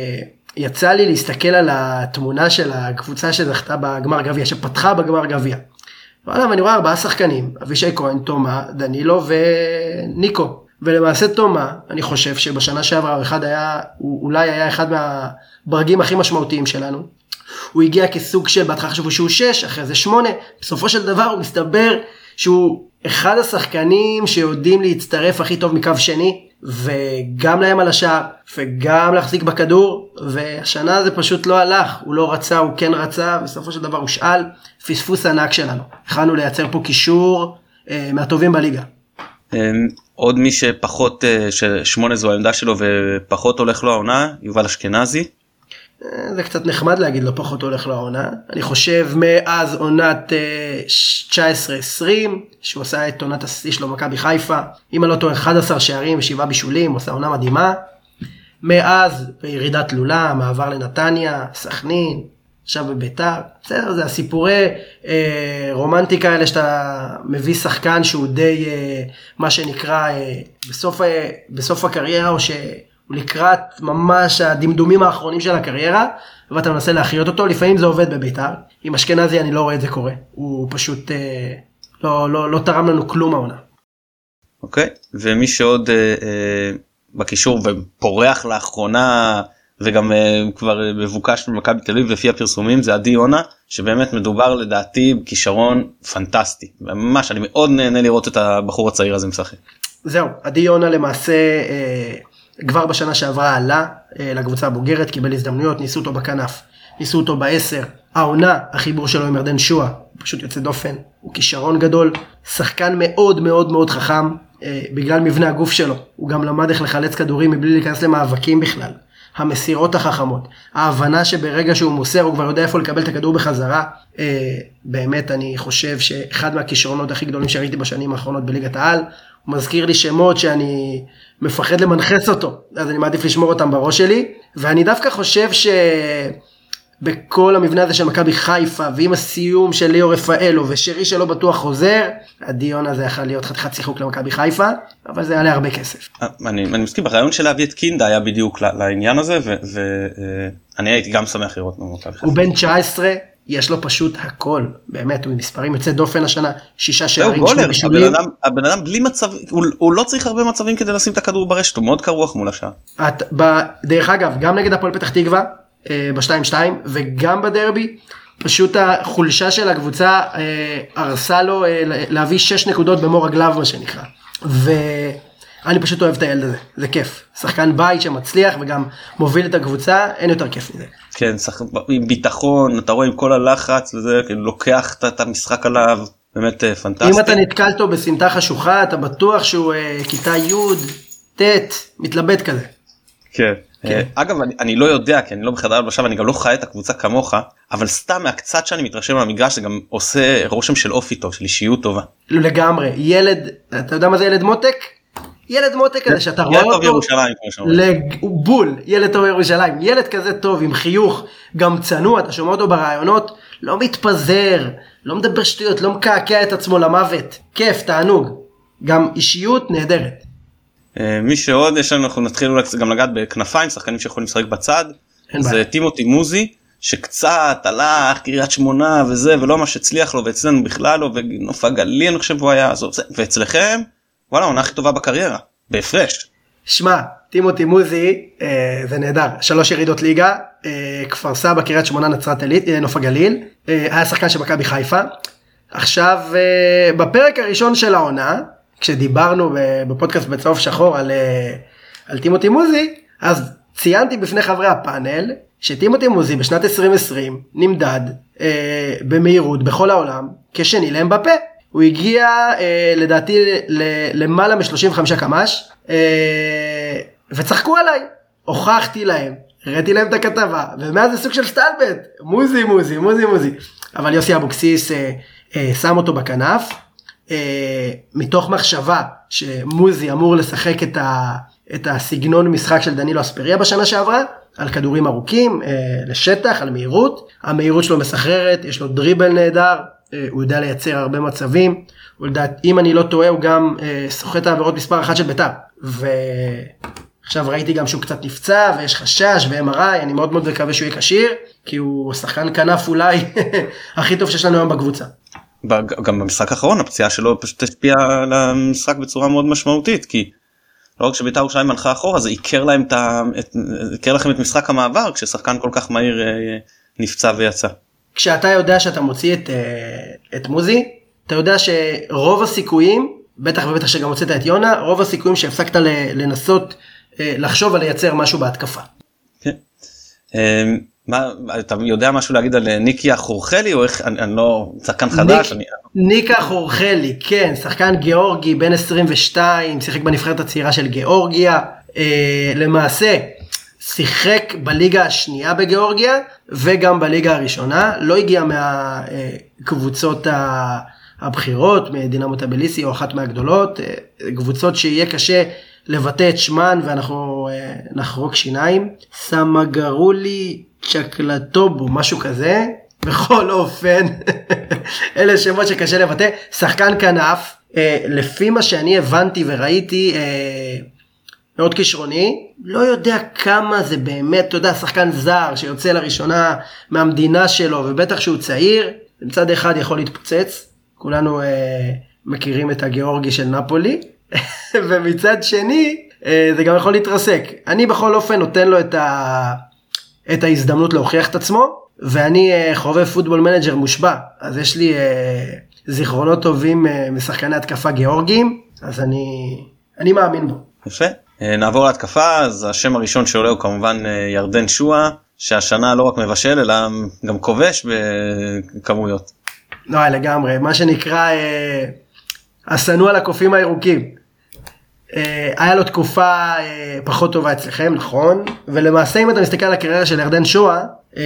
שיצא לי להסתכל על התמונה של הקבוצה שזכתה בגמר גביע, שפתחה בגמר גביע. ועליו אני רואה ארבעה שחקנים, אבישי כהן, תומה, דנילו וניקו. ולמעשה תומה, אני חושב שבשנה שעברה אחד היה, הוא אולי היה אחד מהברגים הכי משמעותיים שלנו. הוא הגיע כסוג של, בהתחלה חשבו שהוא שש, אחרי זה שמונה, בסופו של דבר הוא מסתבר שהוא אחד השחקנים שיודעים להצטרף הכי טוב מקו שני, וגם להם על השער, וגם להחזיק בכדור, והשנה זה פשוט לא הלך, הוא לא רצה, הוא כן רצה, בסופו של דבר הוא שאל, פספוס ענק שלנו. יכלנו לייצר פה קישור אה, מהטובים בליגה.
עוד מי שפחות, ששמונה זו העמדה שלו ופחות הולך לו העונה, יובל אשכנזי.
זה קצת נחמד להגיד לו פחות הולך לו העונה. אני חושב מאז עונת תשע עשרה עשרים, שהוא עושה את עונת השיא שלו מכבי חיפה, אם אני לא טועה אחד עשר שערים ושבעה בישולים, עושה עונה מדהימה. מאז בירידה תלולה, מעבר לנתניה, סכנין, עכשיו בביתר, בסדר, זה הסיפורי אה, רומנטיקה האלה שאתה מביא שחקן שהוא די, אה, מה שנקרא, אה, בסוף, אה, בסוף הקריירה, או שהוא לקראת ממש הדמדומים האחרונים של הקריירה, ואתה מנסה להחיות אותו, לפעמים זה עובד בביתר, עם אשכנזי אני לא רואה את זה קורה, הוא פשוט אה, לא, לא, לא תרם לנו כלום העונה.
אוקיי, ומי שעוד אה, אה, בקישור ופורח לאחרונה, וגם uh, כבר מבוקש במכבי תל אביב לפי הפרסומים, זה עדי יונה, שבאמת מדובר לדעתי בכישרון פנטסטי. ממש, אני מאוד נהנה לראות את הבחור הצעיר הזה משחק.
זהו, עדי יונה למעשה אה, כבר בשנה שעברה עלה אה, לקבוצה הבוגרת, קיבל הזדמנויות, ניסו אותו בכנף, ניסו אותו בעשר. העונה, החיבור שלו עם ירדן שואה, פשוט יוצא דופן, הוא כישרון גדול, שחקן מאוד מאוד מאוד חכם, אה, בגלל מבנה הגוף שלו, הוא גם למד איך לחלץ כדורים מבלי להיכנס למאבקים בכלל. המסירות החכמות, ההבנה שברגע שהוא מוסר הוא כבר יודע איפה לקבל את הכדור בחזרה, אה, באמת אני חושב שאחד מהכישרונות הכי גדולים שראיתי בשנים האחרונות בליגת העל, הוא מזכיר לי שמות שאני מפחד למנחס אותו, אז אני מעדיף לשמור אותם בראש שלי, ואני דווקא חושב שבכל המבנה הזה של מכבי חיפה, ועם הסיום של ליאור רפאלו ושרי שלא בטוח חוזר, הדיון הזה יכול להיות חתיכת שיחוק למכבי חיפה, אבל זה יעלה הרבה כסף.
אני, אני מסכים, הרעיון של להביא את קינדה היה בדיוק לעניין הזה, ואני הייתי גם שמח לראות במכבי חיפה.
הוא בן תשע עשרה, יש לו פשוט הכל, באמת, הוא עם מספרים יוצא דופן השנה, שישה שערים, שני בישולים.
הבן אדם בלי מצב, הוא, הוא לא צריך הרבה מצבים כדי לשים את הכדור ברשת, הוא מאוד קרוח מול השאר.
את, דרך אגב, גם נגד הפועל פתח תקווה, ב-שתיים שתיים, וגם בדרבי, פשוט החולשה של הקבוצה הרסה לו להביא שש נקודות במור רגליו, מה שנקרא. אני פשוט אוהב את הילד הזה, זה כיף. שחקן בית שמצליח וגם מוביל את הקבוצה, אין יותר כיף מזה.
כן, עם ביטחון, אתה רואה עם כל הלחץ וזה, לוקח את המשחק עליו, באמת פנטסטי.
אם אתה נתקל אותו בסמטה חשוכה, אתה בטוח שהוא כיתה י' ט', מתלבט כזה.
כן. אגב, אני לא יודע, כי אני לא בחדר הלבשה, ואני גם לא חי את הקבוצה כמוך, אבל סתם מהקצת שאני מתרשם מהמגרש, זה גם עושה רושם של אופי טוב, של אישיות טובה.
לגמרי, ילד, אתה יודע מה זה ילד מותק? ילד מותק כזה שאתה רואה אותו,
ילד טוב ירושלים,
בול, ילד טוב ירושלים, ילד כזה טוב עם חיוך, גם צנוע, אתה שומע אותו ברעיונות, לא מתפזר, לא מדבר שטויות, לא מקעקע את עצמו למוות, כיף, תענוג, גם אישיות נהדרת.
מי שעוד יש לנו, אנחנו נתחיל גם לגעת בכנפיים, שחקנים שיכולים לשחק בצד, זה טימותי מוזי, שקצת הלך קריית שמונה וזה, ולא מה שהצליח לו, ואצלנו בכלל לא, ונוף הגליל אני חושב הוא היה, ואצלכם, וואלה, עונה הכי טובה בקריירה, בהפרש.
שמע, טימותי מוזי, אה, זה נהדר, שלוש ירידות ליגה, אה, כפר סבא, קריית שמונה, נצרת עילית, נוף הגליל, אה, היה שחקן של מכבי חיפה. עכשיו, אה, בפרק הראשון של העונה, כשדיברנו בפודקאסט בצהוב שחור על, אה, על טימותי מוזי, אז ציינתי בפני חברי הפאנל, שטימותי מוזי בשנת עשרים עשרים נמדד אה, במהירות בכל העולם, כשני להם בפה. הוא הגיע אה, לדעתי ל- למעלה מ-שלושים וחמישה קמ"ש, אה, וצחקו עליי, הוכחתי להם, הראיתי להם את הכתבה, ומאז זה סוג של סטלבט, מוזי מוזי מוזי מוזי, אבל יוסי אבוקסיס אה, אה, שם אותו בכנף, אה, מתוך מחשבה שמוזי אמור לשחק את, ה- את הסגנון משחק של דנילו אספריה בשנה שעברה, על כדורים ארוכים, אה, לשטח, על מהירות, המהירות שלו מסחררת, יש לו דריבל נהדר, הוא יודע לייצר הרבה מצבים, הוא לדעת, אם אני לא טועה, הוא גם אה, סוחט העבירות מספר אחת של בית"ר, ועכשיו ראיתי גם שהוא קצת נפצע, ויש חשש ו-אם אר איי, אני מאוד מאוד מקווה שהוא יהיה כשיר, כי הוא שחקן כנף אולי הכי טוב שיש לנו היום בקבוצה.
גם במשחק האחרון, הפציעה שלו פשוט תשפיע על המשחק בצורה מאוד משמעותית, כי לא רק שבית"ר ירושלים מנחה אחורה, זה עיקר להם את, את, עיקר לכם את משחק המעבר, כששחקן כל כך מהיר אה, נפצע ויצא. כשאתה
יודע שאתה מוציא את, את מוזי, אתה יודע שרוב הסיכויים, בטח ובטח שגם הוצאת את יונה, רוב הסיכויים שהפסקת לנסות לחשוב על לייצר משהו בהתקפה.
כן. מה, אתה יודע משהו להגיד על ניקיה חורחלי, או איך, אני, אני לא, שחקן חדש?
ניק, אני... ניקה חורחלי, כן, שחקן גיאורגי, בן עשרים ושתיים, שיחק בנבחרת הצעירה של גיאורגיה, אה, למעשה, שיחק בליגה השנייה בגיאורגיה, וגם בליגה הראשונה, לא הגיע מהקבוצות הבחירות, מדינמו טביליסי או אחת מהגדולות, קבוצות שיהיה קשה לבטא את שמן, ואנחנו נחרוק שיניים, סמגרולי צ'קלטובו, משהו כזה, בכל אופן, אלה שמות שקשה לבטא, שחקן כנף, לפי מה שאני הבנתי וראיתי, מאוד כישרוני, לא יודע כמה זה באמת, אתה יודע, שחקן זר שיוצא לראשונה מהמדינה שלו, ובטח שהוא צעיר, מצד אחד יכול להתפוצץ, כולנו אה, מכירים את הגיאורגי של נפולי, ומצד שני, אה, זה גם יכול להתרסק. אני בכל אופן נותן לו את, ה, את ההזדמנות להוכיח את עצמו, ואני אה, חובב פוטבול מנג'ר מושבע, אז יש לי אה, זיכרונות טובים אה, משחקני התקפה גיאורגיים, אז אני, אני מאמין בו.
יפה. נעבור להתקפה, אז השם הראשון שעולה הוא כמובן ירדן שואה, שהשנה לא רק מבשל אלא גם כובש בכמויות.
לא, לגמרי, מה שנקרא הסנוע לקופים הירוקים. היה לו תקופה פחות טובה אצלכם, נכון? ולמעשה אם אתה מסתכל על הקריירה של ירדן שואה,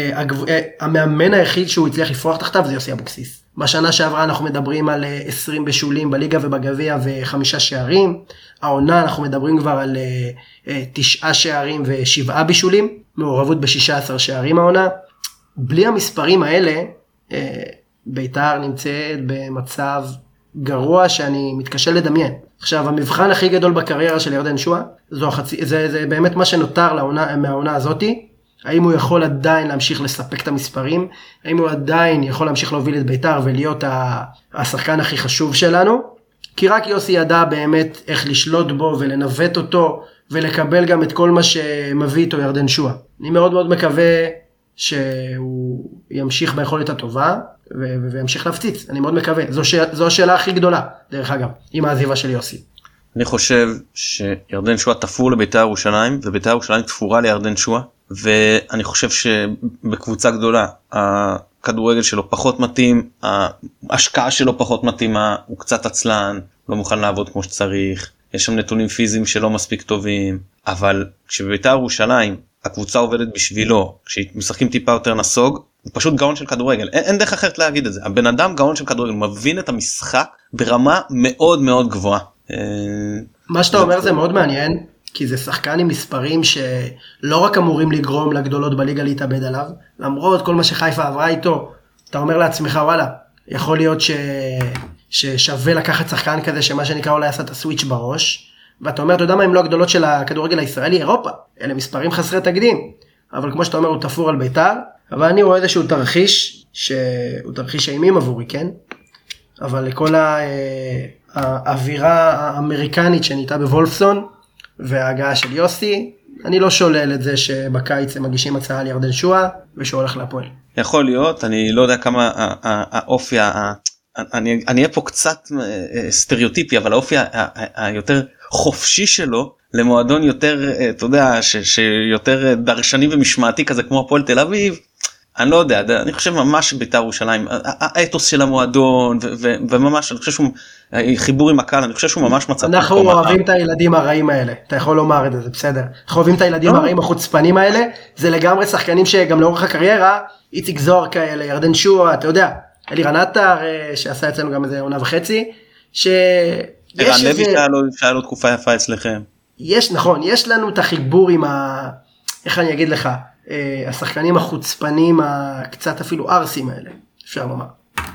המאמן היחיד שהוא הצליח לפרוח תחתיו זה יוסי אבוקסיס. בשנה שעברה אנחנו מדברים על עשרים בשולים בליגה ובגביע וחמישה שערים. העונה אנחנו מדברים כבר על תשעה שערים ושבעה בישולים. מעורבות ב-שישה עשר שערים העונה. בלי המספרים האלה, בית"ר נמצאת במצב גרוע שאני מתקשה לדמיין. עכשיו, המבחן הכי גדול בקריירה של ירדן שואה, זו החצי, זה, זה באמת מה שנותר לעונה, מהעונה הזאתי. האם הוא יכול עדיין להמשיך לספק את המספרים? האם הוא עדיין יכול להמשיך להוביל את בית"ר ולהיות השחקן הכי חשוב שלנו? כי רק יוסי ידע באמת איך לשלוט בו ולנווט אותו ולקבל גם את כל מה שמביא איתו ירדן שואה. אני מאוד מאוד מקווה שהוא ימשיך ביכולת הטובה וימשיך להפציץ. אני מאוד מקווה. זו, ש... זו השאלה הכי גדולה, דרך אגב, עם העזיבה של יוסי.
אני חושב שירדן שועה תפור לבית"ר ירושלים, ובית"ר ירושלים תפורה לירדן שועה, ואני חושב שבקבוצה גדולה הכדורגל שלו פחות מתאים, ההשקעה שלו פחות מתאימה, הוא קצת עצלן, לא מוכן לעבוד כמו שצריך, יש שם נתונים פיזיים שלא מספיק טובים, אבל כשבבית"ר ירושלים הקבוצה עובדת בשבילו, כשמשחקים טיפה יותר נסוג, הוא פשוט גאון של כדורגל, אין, אין דרך אחרת להגיד את זה, הבן אדם גאון של כדורגל, מבין את המשחק ברמה מאוד מאוד גבוהה.
מה שאתה אומר זה מאוד מעניין, כי זה שחקן עם מספרים שלא רק אמורים לגרום לגדולות בליגה להתאבד עליו, למרות כל מה שחיפה עברה איתו, אתה אומר לעצמך וואלה, יכול להיות ש... ששווה לקחת שחקן כזה שמה שנקרא אולי עשה את הסוויץ' בראש, ואתה אומר, אתה יודע מה הם לא הגדולות של הכדורגל הישראלי, אירופה, אלה מספרים חסרי תקדים, אבל כמו שאתה אומר הוא תפור על בית"ר, אבל אני רואה איזשהו תרחיש, שהוא תרחיש אימים עבורי, כן? אבל לכל האווירה האמריקנית שניתה בוולפסון, וההגעה של יוסי, אני לא שולל את זה שבקיץ הם מגישים הצעה על ירדן שועה, ושהוא הולך להפועל.
יכול להיות, אני לא יודע כמה האופי, אני אהיה פה קצת סטריאוטיפי, אבל האופי היותר חופשי שלו, למועדון יותר, אתה יודע, שיותר דרשני ומשמעתי כזה כמו הפועל תל אביב, אני לא יודע, אני חושב ממש בית"ר ירושלים, האתוס של המועדון, וממש, אני חושב שהוא חיבור עם הקהל, אני חושב שהוא ממש מצא.
אנחנו אוהבים את הילדים הרעים האלה, אתה יכול לומר את זה, זה בסדר. אנחנו אוהבים את הילדים הרעים החוצפנים האלה, זה לגמרי שחקנים שגם לאורך הקריירה, איציק זוהר כאלה, ירדן שועה, אתה יודע, אלירן עטר, שעשה אצלנו גם איזה עונה וחצי, ש...
ערן לוי שהיה לו תקופה יפה אצלכם.
יש, נכון, יש לנו את החיבור עם ה... איך אני אגיד לך, השחקנים החוצפנים, הקצת אפילו ארסים האלה, אפשר לומר.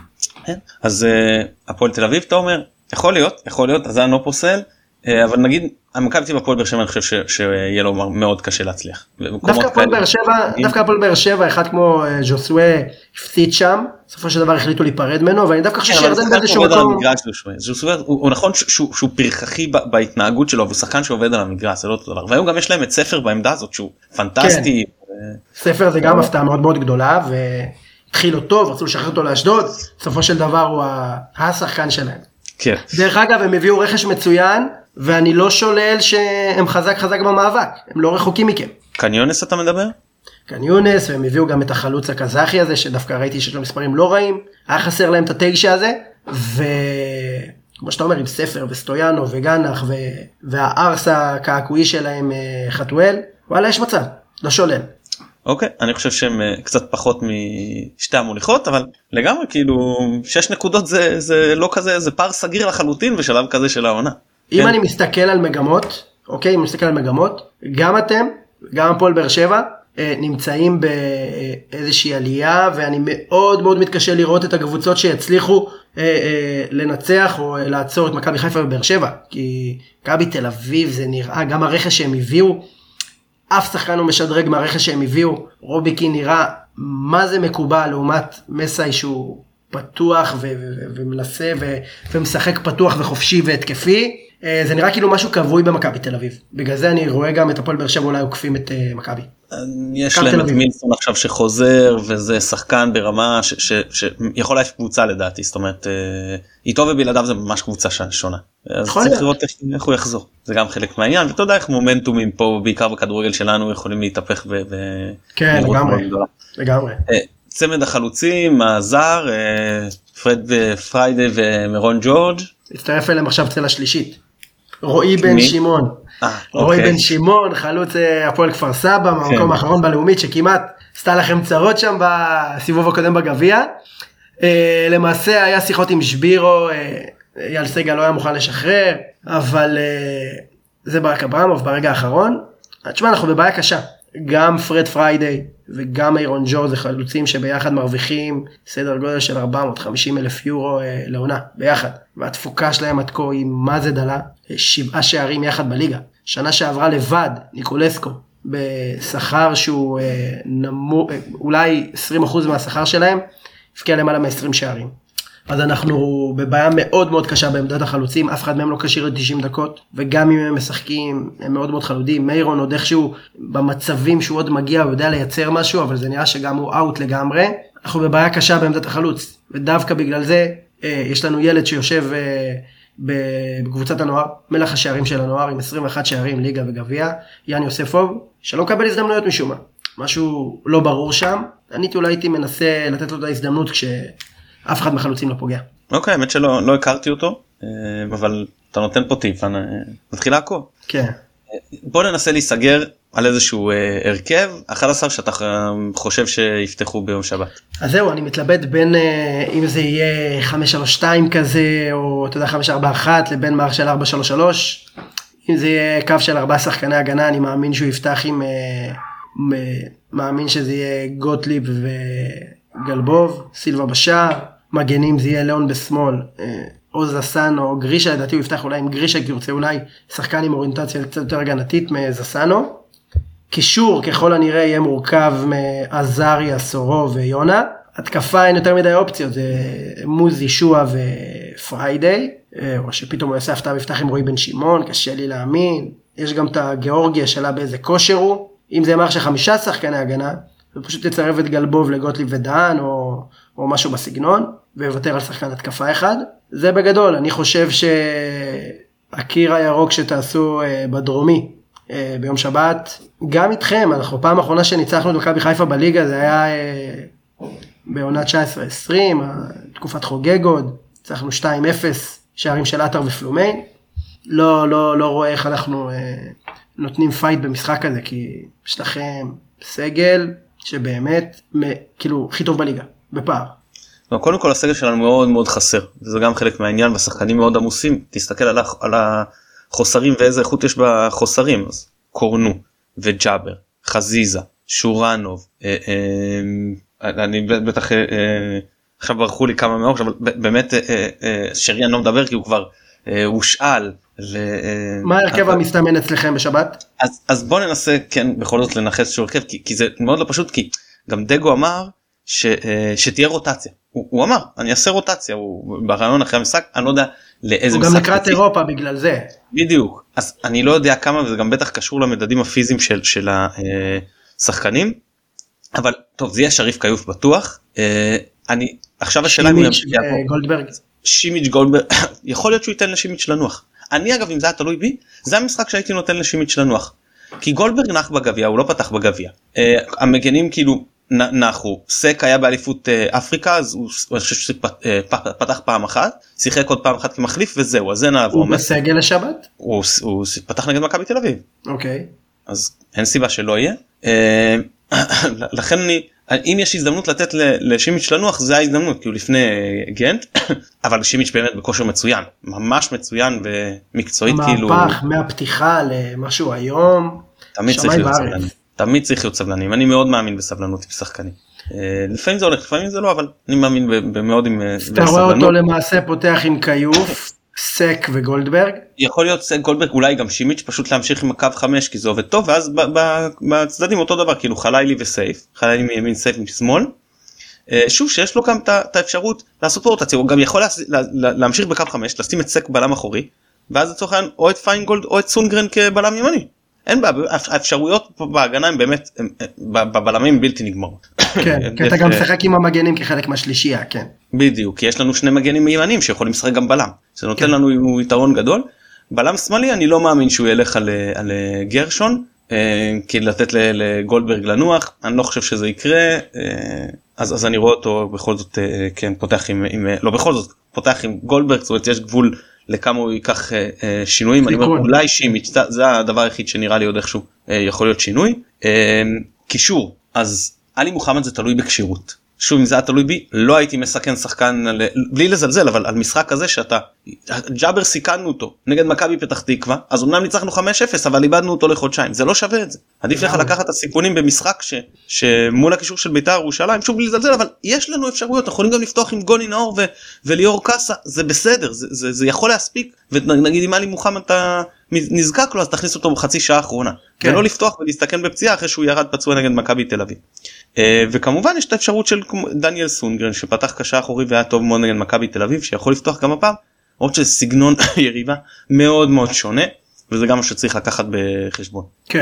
אז הפועל תל אביב, אתה אומר, יכול להיות, יכול להיות, אז אני לא פוסל, אבל נגיד, המכבי תל אביב הפועל באר שבע, אני חושב שיהיה לו מאוד קשה להצליח.
דווקא הפועל באר שבע, דווקא הפועל באר שבע, אחד כמו ז'וסווה הפסיד שם, בסופו של דבר החליטו להיפרד ממנו, ואני דווקא חושב שירדן באיזשהו מקום...
הוא נכון שהוא פרחחי בהתנהגות שלו, והוא שחקן שעובד על המגרש, זה לא אותו דבר. והיום גם יש להם את ספר בעמדה הזאת, שהוא פנטסטי.
ספר זה גם הפתעה מאוד מאוד גדולה, והתחיל לו טוב, רצו לשחרר אותו לאשדוד, בסופו של דבר הוא השחקן שלהם. דרך אגב, הם הביאו רכש מצוין, ואני לא שולל שהם חזק חזק במאבק, הם לא רחוקים מכם.
קניונס אתה מדבר?
קניונס, והם הביאו גם את החלוץ הקזחי הזה, שדווקא ראיתי שיש לו מספרים לא רעים, היה חסר להם את התשע הזה, וכמו שאתה אומר, עם ספר וסטויאנו וגנח, ו... והארס הקעקועי שלהם חתואל, וואלה, יש מצב, לא שולל.
אוקיי, אני חושב שהם קצת פחות משתי המוליכות, אבל לגמרי, כאילו, שש נקודות זה, זה לא כזה, זה פער סגיר לחלוטין בשלב כזה של העונה.
אם אני מסתכל על מגמות, אוקיי, אם אני מסתכל על מגמות, גם אתם, גם הפועל באר שבע, נמצאים באיזושהי עלייה, ואני מאוד מאוד מתקשה לראות את הקבוצות שיצליחו לנצח או לעצור את מכבי חיפה ובאר שבע, כי מכבי תל אביב זה נראה, גם הרכש שהם הביאו, אף שחקן הוא משדרג מהרכש שהם הביאו, רוביקי נראה מה זה מקובל לעומת מסאי שהוא פתוח ו- ו- ומנסה ו- ומשחק פתוח וחופשי והתקפי, זה נראה כאילו משהו קבוי במכבי תל אביב, בגלל זה אני רואה גם את הפועל באר שבע אולי עוקפים את מכבי.
יש להם את מילסון עכשיו שחוזר, וזה שחקן ברמה שיכול להפוך קבוצה לדעתי, זאת אומרת, איתו ובלעדיו זה ממש קבוצה שונה. אז צריך לראות איך הוא יחזור, זה גם חלק מהעניין, ואתה יודע איך מומנטומים פה, בעיקר בכדורגל שלנו, יכולים להתהפך ו...
כן, לגמרי, לגמרי.
צמד החלוצים, הזר, פרד פריידי ומרון ג'ורג'.
הצטרף אליהם עכשיו צלע שלישית. רועי בן שמעון. רועי בן שמעון, חלוץ הפועל כפר סבא, במקום האחרון בלאומית, שכמעט עשתה לכם צרות שם בסיבוב הקודם בגביע. למעשה היה שיחות עם שבירו, אייל סגל לא היה מוכן לשחרר, אבל זה ברק אברמוב ברגע האחרון. תשמע, אנחנו בבעיה קשה. גם פרד פריידי וגם אירון ג'ורג' זה חלוצים שביחד מרוויחים סדר גודל של ארבע מאות וחמישים אלף יורו אה, לעונה, ביחד. והתפוקה שלהם עד כה היא מה זה דלה, שבעה שערים יחד בליגה. שנה שעברה לבד, ניקולסקו, בשכר שהוא אה, נמו, אה, אולי עשרים אחוז מהשכר שלהם, הפקיע למעלה מ-עשרים שערים. אז אנחנו בבעיה מאוד מאוד קשה בעמדת החלוצים, אף אחד מהם לא קשיר ל-תשעים דקות, וגם אם הם משחקים, הם מאוד מאוד חלודים. מיירון עוד איכשהו במצבים שהוא עוד מגיע, הוא יודע לייצר משהו, אבל זה נראה שגם הוא אאוט לגמרי. אנחנו בבעיה קשה בעמדת החלוץ, ודווקא בגלל זה, יש לנו ילד שיושב בקבוצת הנוער, מלך השערים של הנוער עם עשרים ואחד שערים, ליגה וגביע, יאן יוספוב, שלא מקבל הזדמנויות משום מה. משהו לא ברור שם, אני אולי הייתי מנסה לתת לו את ההזדמנות כשאף אחד מחלוצים לא פוגע.
אוקיי, האמת שלא לא הכרתי אותו, אבל אתה נותן פה טיפ, נתחיל לעקוב.
כן.
בוא ננסה להיסגר על איזשהו הרכב, אחד עשר שאתה חושב שיפתחו ביום שבת.
אז זהו, אני מתלבט בין אם זה יהיה חמש שלוש שתיים כזה, או אתה יודע חמש ארבע אחת, לבין מערך של ארבע שלוש שלוש. אם זה יהיה קו של ארבעה שחקני הגנה, אני מאמין שהוא יפתח עם, מאמין שזה יהיה גוטליב וגלבוב, סילבה בשער, מגנים זה יהיה ליאון בשמאל, או זסנו, או גרישה, לדעתי הוא יפתח אולי עם גרישה, כי הוא רוצה אולי שחקן עם אוריינטציה קצת יותר הגנתית מזסנו. קישור ככל הנראה יהיה מורכב מעזריה, סורו ויונה. התקפה אין יותר מדי אופציות, זה מוזי, שואה ופריידי, או שפתאום הוא יעשה הפתעה ויפתח עם רועי בן שמעון, קשה לי להאמין. יש גם את הגיאורגיה שלה באיזה כושר הוא, אם זה אמר שחמישה שחקני הגנה, הוא פשוט יצרב את גלבוב לגוטליב ודהן, או, או משהו בסגנון, ויוותר על שחקן התקפה אחד. זה בגדול, אני חושב שהקיר הירוק שתעשו בדרומי ביום שבת, גם איתכם, אנחנו פעם האחרונה שניצחנו את מכבי חיפה בליגה, זה היה בעונה תשע עשרה עשרים, תקופת חוגגוד, ניצחנו שתיים אפס, שערים של עטר ופלומיין, לא, לא, לא רואה איך אנחנו נותנים פייט במשחק הזה, כי יש לכם סגל שבאמת, כאילו, הכי טוב בליגה, בפער.
קודם כל הסגל שלנו מאוד מאוד חסר, וזה גם חלק מהעניין, והשחקנים מאוד עמוסים, תסתכל על, על החוסרים ואיזה איכות יש בחוסרים, אז קורנו וג'אבר, חזיזה, שורנוב, אה, אה, אני בטח, אה, עכשיו ברחו לי כמה מאור, אבל באמת אה, אה, שריאן לא מדבר כי הוא כבר אה, הושאל. ל, אה,
מה הרכב המסתמן אצלכם בשבת?
אז, אז בוא ננסה כן בכל זאת לנחס שהוא הרכב, כי, כי זה מאוד לא פשוט, כי גם דגו אמר, ש, שתהיה רוטציה, הוא, הוא אמר אני אעשה רוטציה, הוא ברעיון אחרי המשחק, אני לא יודע לאיזה משחק,
הוא גם לקראת אירופה בגלל זה,
בדיוק, אז אני לא יודע כמה, וזה גם בטח קשור למדדים הפיזיים של, של השחקנים, אבל טוב זה יהיה שריף קיוף בטוח, אני עכשיו השאלה
שימיץ' וגולדברג,
שימיץ' גולדברג, יכול להיות שהוא ייתן לשימיץ' לנוח, אני אגב אם זה היה תלוי בי, זה המשחק שהייתי נותן לשימיץ' לנוח, כי גולדברג נח בגביע, הוא לא פתח בגביע, המגנים כאילו נחו, סק היה באליפות אפריקה, אז הוא פתח פעם אחת, שיחק עוד פעם אחת כמחליף וזהו, אז זה נעבור.
הוא בסגל לשבת?
הוא פתח נגד מכבי תל אביב.
אוקיי.
אז אין סיבה שלא יהיה. לכן אני, אם יש הזדמנות לתת לשימיץ' לנוח, זה ההזדמנות, כי הוא לפני גנט, אבל שימיץ' באמת בכושר מצוין, ממש מצוין ומקצועית כאילו.
מהפך מהפתיחה למשהו היום, שמיים בארץ.
תמיד צריך להיות סבלנים, אני מאוד מאמין בסבלנות עם שחקנים. לפעמים זה הולך, לפעמים זה לא, אבל אני מאמין במאוד עם
סבלנות. אתה רואה אותו למעשה פותח עם קיוף, סק וגולדברג?
יכול להיות סק גולדברג, אולי גם שימיץ' פשוט להמשיך עם הקו חמש, כי זה עובד טוב, ואז בצדדים אותו דבר, כאילו חלילי וסייף, חלילי מימין סייף משמאל. שוב שיש לו גם את האפשרות לעשות רוטציה, הוא גם יכול להמשיך בקו חמש, לשים את סק בלם אחורי, ואז לצורך העניין או את פיינגולד או את סונגרן כבלם ימני. אין בה, האפשרויות בהגנה הם באמת, בבלמים בלתי נגמרות.
כן, כי אתה גם משחק עם המגנים כחלק מהשלישייה, כן.
בדיוק, כי יש לנו שני מגנים ימניים שיכולים לשחק גם בלם. זה נותן לנו יתרון גדול. בלם שמאלי אני לא מאמין שהוא ילך על גרשון, כי לתת לגולדברג לנוח, אני לא חושב שזה יקרה, אז אני רואה אותו בכל זאת, כן, פותח עם, לא בכל זאת, פותח עם גולדברג, זאת אומרת יש גבול, לכמה הוא ייקח אה, אה, שינויים, אני אומר אולי שימיץ', זה הדבר היחיד שנראה לי עוד איכשהו אה, יכול להיות שינוי. אה, קישור, אז עלי מוחמד זה תלוי בקשירות, שוב אם זה היה תלוי בי, לא הייתי מסכן שחקן, על, בלי לזלזל, אבל על משחק הזה שאתה, ג'אבר סיכנו אותו, נגד מכבי פתח תקווה, אז אמנם ניצחנו חמש אפס, אבל איבדנו אותו לחודשיים, זה לא שווה את זה, עדיף לך לקחת את הסיכונים במשחק ש, שמול הקישור של בית"ר ירושלים, שוב בלי לזלזל, אבל יש לנו אפשרויות, אנחנו יכולים גם לפתוח עם גוני נאור ו, וליאור קאסה, זה בסדר, זה, זה, זה יכול להספיק, ונגיד אם עלי מוחמד אתה נזקק לו, אז תכניס אותו בחצי שעה האחרונה, כן. ולא לפתוח ולהסתכן בפציעה אחרי שהוא ירד פצוע נגד מכבי תל אביב. וכמובן יש את האפשרות של דניאל סונגרן שפתח קשה אחורי והיה טוב מאוד נגד מכבי תל אביב שיכול לפתוח גם הפעם, עוד שסגנון יריבה מאוד מאוד שונה וזה גם מה שצריך לקחת בחשבון.
כן.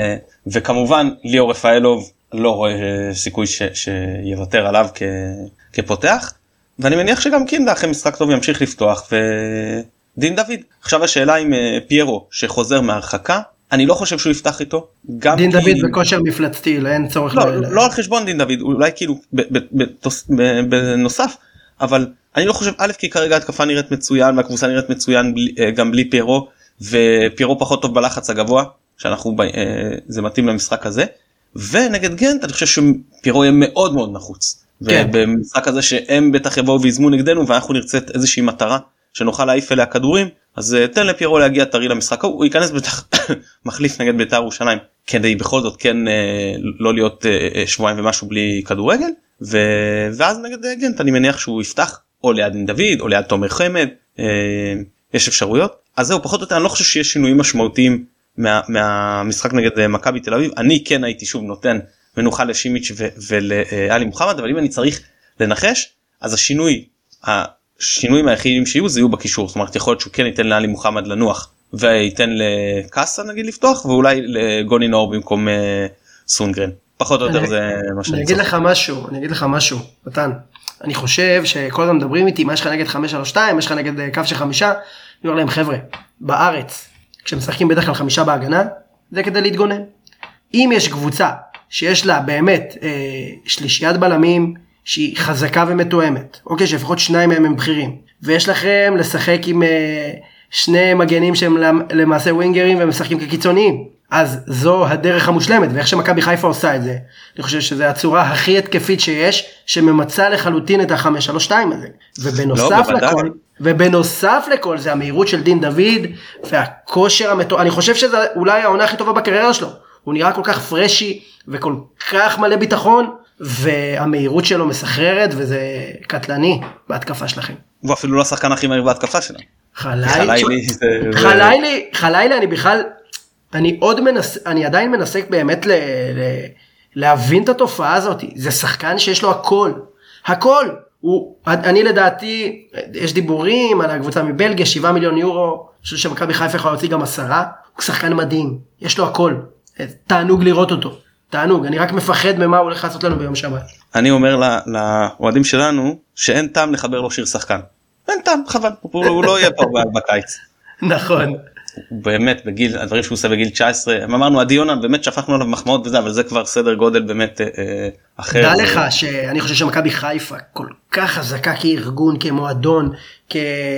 וכמובן ליאור רפאלוב לא רואה סיכוי ש, שיוותר עליו כ, כפותח, ואני מניח שגם קינדה אחרי משחק טוב ימשיך לפתוח ו... דין דוד. עכשיו השאלה עם פיירו שחוזר מהרחקה, אני לא חושב שהוא יפתח איתו.
דין דוד בכושר מפלצתי, אין צורך.
לא על חשבון דין דוד, אולי כאילו בנוסף, אבל אני לא חושב, א' כי כרגע התקפה נראית מצוין, והקבוצה נראית מצוין גם בלי פיירו, ופיירו פחות טוב בלחץ הגבוה, שאנחנו, זה מתאים למשחק הזה, ונגד גנט אני חושב שפיירו יהיה מאוד מאוד נחוץ, ובמשחק הזה שהם בטח יבואו ויזמו נגדנו, ואנחנו נרצה איזושהי מטרה, שנוכל להעיף אליה כדורים, אז תן לפיירו להגיע טרי למשחק, הוא ייכנס בטח מחליף נגד בית"ר ירושלים, כדי בכל זאת כן לא להיות שבועיים ומשהו בלי כדורגל, ואז נגד גנט אני מניח שהוא יפתח, או ליד דין דוד, או ליד תומר חמד, יש אפשרויות, אז זהו פחות או יותר, אני לא חושב שיש שינויים משמעותיים מהמשחק נגד מכבי תל אביב, אני כן הייתי שוב נותן מנוחה לשימיץ' ולאלי מוחמד, אבל אם אני צריך לנחש, אז השינוי, השינויים היחידים שיהיו זה יהיו בקישור, זאת אומרת יכול להיות שהוא כן ייתן לאלי מוחמד לנוח, וייתן לקאסה נגיד לפתוח, ואולי לגוני נאור במקום סונגרן, פחות או יותר זה מה שאני
צריך. אני אגיד לך משהו, אני אגיד לך משהו, מתן, אני חושב שכל הזמן מדברים איתי, מה יש לך נגד חמש שלוש שתיים, יש לך נגד קו של חמישה, אני אומר להם חבר'ה, בארץ, כשמשחקים בדרך כלל חמישה בהגנה, זה כדי להתגונן. אם יש קבוצה שיש לה באמת אה, שלישיית בלמים שהיא חזקה ומתואמת, אוקיי, שלפחות שניים מהם הם בכירים, ויש לכם לשחק עם אה, שני מגנים שהם למעשה ווינגרים ומשחקים כקיצוניים, אז זו הדרך המושלמת, ואיך שמכבי חיפה עושה את זה, אני חושב שזו הצורה הכי התקפית שיש, שממצא לחלוטין את ה-חמש שלוש שתיים הזה, ובנוסף לא, לכל, ובנוסף לכל זה המהירות של דין דוד, והכושר המטור, אני חושב שזה אולי העונה הכי טובה בקריירה שלו, הוא נראה כל כך פרשי, וכל כך מלא ביטחון, והמהירות שלו מסחררת, וזה קטלני בהתקפה שלכם.
הוא אפילו לא השחקן הכי מהיר בהתקפה שלנו.
חליילי, חליילי, חליילי, אני בכלל, אני עוד מנס, אני עדיין מנסק באמת ל, ל, להבין את התופעה הזאת. זה שחקן שיש לו הכל, הכל. הוא, אני לדעתי, יש דיבורים על הקבוצה מבלגיה, שבעה מיליון יורו, אני חושב שמכבי חיפה יכולה להוציא גם עשרה, הוא שחקן מדהים, יש לו הכל. תענוג לראות אותו, תענוג, אני רק מפחד ממה הוא הולך לעשות לנו ביום שבת.
אני אומר לאוהדים שלנו, שאין טעם לחבר לו שיר שחקן. אין טעם, חבל, הוא לא יהיה פה בקיץ.
נכון.
באמת בגיל, הדברים שהוא עושה בגיל תשע עשרה, אמרנו עדיונה, באמת שפכנו עליו מחמאות וזה, אבל זה כבר סדר גודל באמת אה, אחר.
דע לך שאני חושב שמכבי חיפה כל כך חזקה כארגון, כמועדון, כ...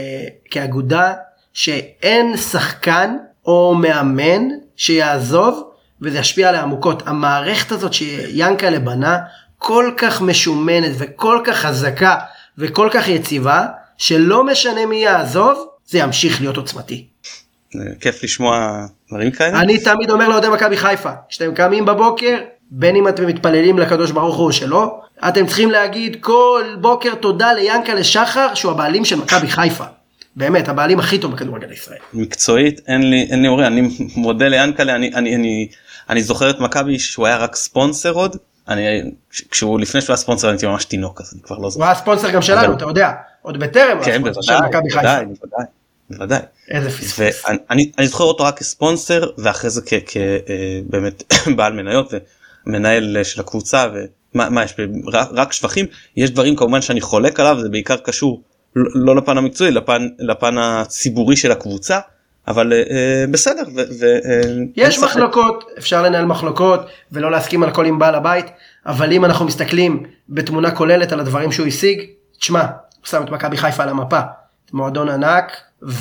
כאגודה, שאין שחקן או מאמן שיעזוב, וזה ישפיע על העמוקות. המערכת הזאת שיאנקל'ה בנה, כל כך משומנת וכל כך חזקה וכל כך יציבה, שלא משנה מי יעזוב, זה ימשיך להיות עוצמתי.
כיף לשמוע דברים כאלה.
אני תמיד אומר לאוהדי מכבי חיפה, כשאתם קמים בבוקר, בין אם אתם מתפללים לקדוש ברוך הוא או שלא, אתם צריכים להגיד כל בוקר תודה ליאנקל'ה שחר, שהוא הבעלים של מכבי חיפה. באמת, הבעלים הכי טוב בכדורגל ישראל.
מקצועית, אין לי, אין לי הורי, אני מודה ליאנקל'ה, אני, אני, אני, אני זוכר את מכבי שהוא היה רק ספונסר עוד, אני, כשהוא לפני שהוא היה ספונסר, אני הייתי ממש תינוק, אז אני כבר לא זוכר.
הוא היה ספונסר גם שלנו, אתה יודע, עוד בטרם הוא היה ספונסר של מכבי חיפה.
בוודאי, בוודאי, בוודאי.
איזה פספוס.
ואני, אני זוכר אותו רק כספונסר, ואחרי זה כבאמת בעל מניות, ומנהל של הקבוצה, ומה, מה יש, רק שבחים, יש דברים כמובן שאני חולק עליו, זה בעיקר קשור, לא לפן המקצועי, לפן, לפן הציבורי של הקבוצה, אבל אה, בסדר. ו, ו,
יש מחלוקות, שחק. אפשר לנהל מחלוקות, ולא להסכים על הכל עם בעל הבית, אבל אם אנחנו מסתכלים בתמונה כוללת על הדברים שהוא השיג, תשמע, הוא שם את מכבי חיפה על המפה, מועדון ענק,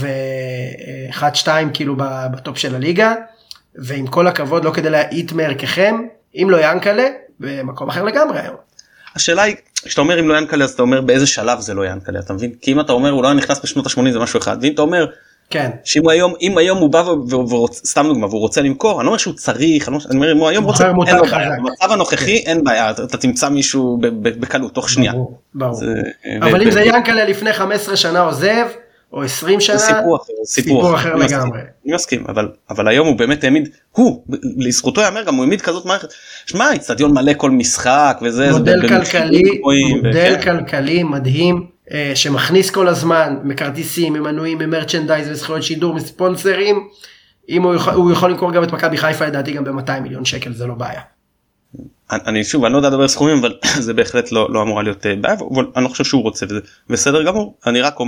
ו-אחת שתיים כאילו בטופ של הליגה, ועם כל הכבוד, לא כדי להעיט מערככם, אם לא יאנקל'ה, במקום אחר לגמרי היום.
השאלה היא, כשאתה אומר אם לא יאנקל'ה, אז אתה אומר באיזה שלב זה לא יאנקל'ה, אתה מבין? כי אם אתה אומר הוא לא נכנס בשנות ה-שמונים זה משהו אחד, ואם אתה אומר,
כן.
שאם היום, אם היום הוא בא וסתם דוגמה, והוא רוצה למכור, אני לא אומר שהוא צריך, אני אומר אם הוא היום רוצה, אין לו בעיה, במצב הנוכחי אין בעיה, אתה תמצא מישהו בקלות, תוך שנייה.
ברור. אבל אם זה יאנקל'ה לפני חמש עשרה שנה עוזב, או עשרים שנה,
סיפור אחר,
סיפור אחר לגמרי.
אני מסכים, אבל, אבל היום הוא באמת העמיד, הוא, לזכותו יאמר גם, הוא העמיד כזאת מערכת, שמע, אצטדיון מלא כל משחק, וזה,
מודל כלכלי, מודל כלכלי מדהים, שמכניס כל הזמן, מכרטיסים, ממנויים, ממרצ'נדייז, וזכויות שידור, מספונסרים, אם הוא יכול, הוא יכול למכור גם את מכבי חיפה, לדעתי גם ב-מאתיים מיליון שקל, זה לא בעיה.
אני שוב, אני לא יודע לדבר סכומים, אבל זה בהחלט לא, לא אמורה להיות בעיה, אבל אני לא חושב שהוא רוצה, וזה בסדר גמור, אני רק אומר,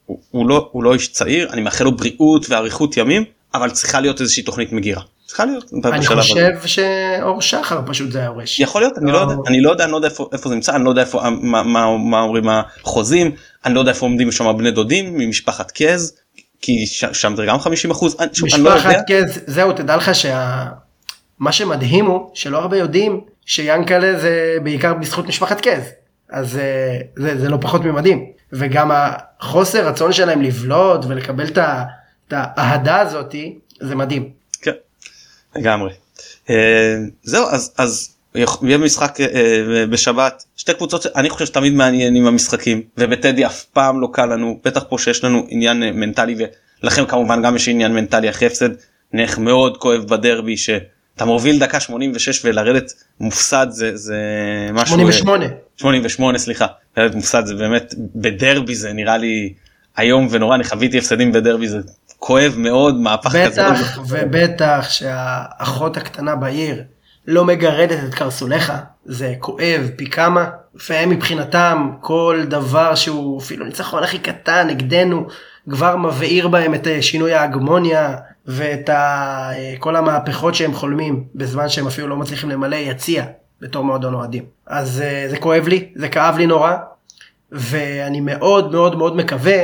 הוא, הוא לא הוא לא איש צעיר, אני מאחל לו בריאות ואריכות ימים, אבל צריכה להיות איזושהי תוכנית מגירה. צריכה להיות.
אני חושב שאור שחר פשוט זה היורש.
יכול להיות, אני לא יודע, אני לא יודע, אני לא יודע איפה איפה זה נמצא, אני לא יודע איפה מה מה מה אומרים החוזים, אני לא יודע איפה עומדים שם בני דודים ממשפחת קז, כי שם זה גם חמישים אחוז.
משפחת קז, זהו, תדע לך שמה שמדהים הוא שלא הרבה יודעים שיאנקלה זה בעיקר בזכות משפחת קז, אז זה, זה לא פחות ממדהים, וגם החוסר רצון שלהם לבלוט ולקבל את האהדה הזאת, זה מדהים.
כן, לגמרי. זהו, אז, אז יהיה משחק בשבת, שתי קבוצות, אני חושב שתמיד מעניין עם המשחקים, ובטדי אף פעם לא קל לנו, בטח פה שיש לנו עניין מנטלי, ולכם כמובן גם יש עניין מנטלי אחרי הפסד, נח מאוד כואב בדרבי, שאתה מוביל דקה שמונים ושש ולרדת מופסד, זה, זה משהו...
שמונים ושמונה.
שמונים ושמונה, סליחה, לרדת מופסד, זה באמת, בדרבי זה נראה לי היום ונורא, אני חוויתי הפסדים בדרבי, זה כואב מאוד, מהפך כזה.
בטח ובטח שהאחות הקטנה בעיר, לא מגרדת את קרסולך, זה כואב פי כמה, והם מבחינתם כל דבר שהוא אפילו ניצחון הכי קטן נגדנו, כבר מבעיר בהם את שינוי ההגמוניה, ואת כל המהפכות שהם חולמים, בזמן שהם אפילו לא מצליחים למלא יציע, בתור מועדון אוהדים. אז זה כואב לי, זה כאב לי נורא, ואני מאוד מאוד מאוד מקווה,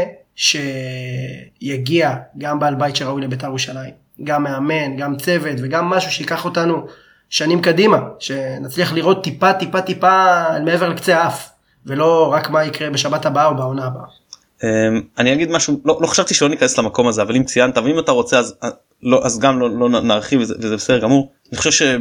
שיגיע גם בעל בית שראוי לבית"ר ירושלים, גם מאמן, גם צוות, וגם משהו שיקח אותנו, שנים קדימה, שנצליח לראות טיפה טיפה טיפה מעבר לקצה האף, ולא רק מה יקרה בשבת הבאה או בעונה הבאה.
אני אגיד משהו, לא חשבתי שלא ניכנס למקום הזה, אבל אם ציינת, ואם אתה רוצה אז גם לא נרחיב, וזה בסדר גמור. אני חושב ש...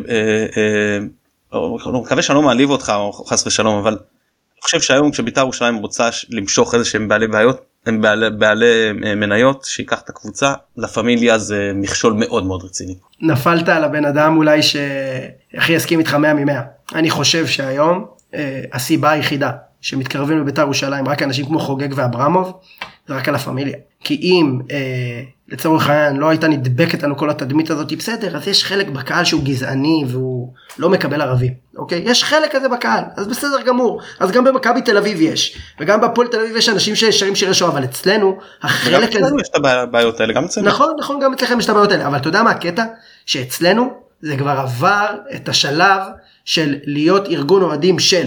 אני מקווה שאני לא מעליב אותך, או חס ושלום, אבל אני חושב שהיום כשבית"ר ירושלים רוצה למשוך איזה שהם בעלי בעיות, הם בעלי, בעלי מניות, שיקח את הקבוצה, לפמיליה זה מכשול מאוד מאוד רציני.
נפלת על הבן אדם אולי שהכי יסכים איתך מאה ממאה. אני חושב שהיום אה, הסיבה היחידה שמתקרבים לבית"ר ירושלים, רק אנשים כמו חוגג ואברמוב, זה רק על הפמיליה. כי אם אה, לצורך העניין לא הייתה נדבקת לנו כל התדמית הזאת, בסדר, אז יש חלק בקהל שהוא גזעני והוא לא מקבל ערבים, אוקיי? יש חלק כזה בקהל, אז בסדר גמור. אז גם במכבי תל אביב יש, וגם בפועל תל אביב יש אנשים ששרים שירי שואה, אבל אצלנו החלק הזה...
וגם אצלנו יש את הבעיות האלה, גם אצלנו.
נכון, נכון, גם אצלכם יש את הבעיות האלה, אבל אתה יודע מה הקטע? שאצלנו זה כבר עבר את השלב של להיות ארגון אוהדים של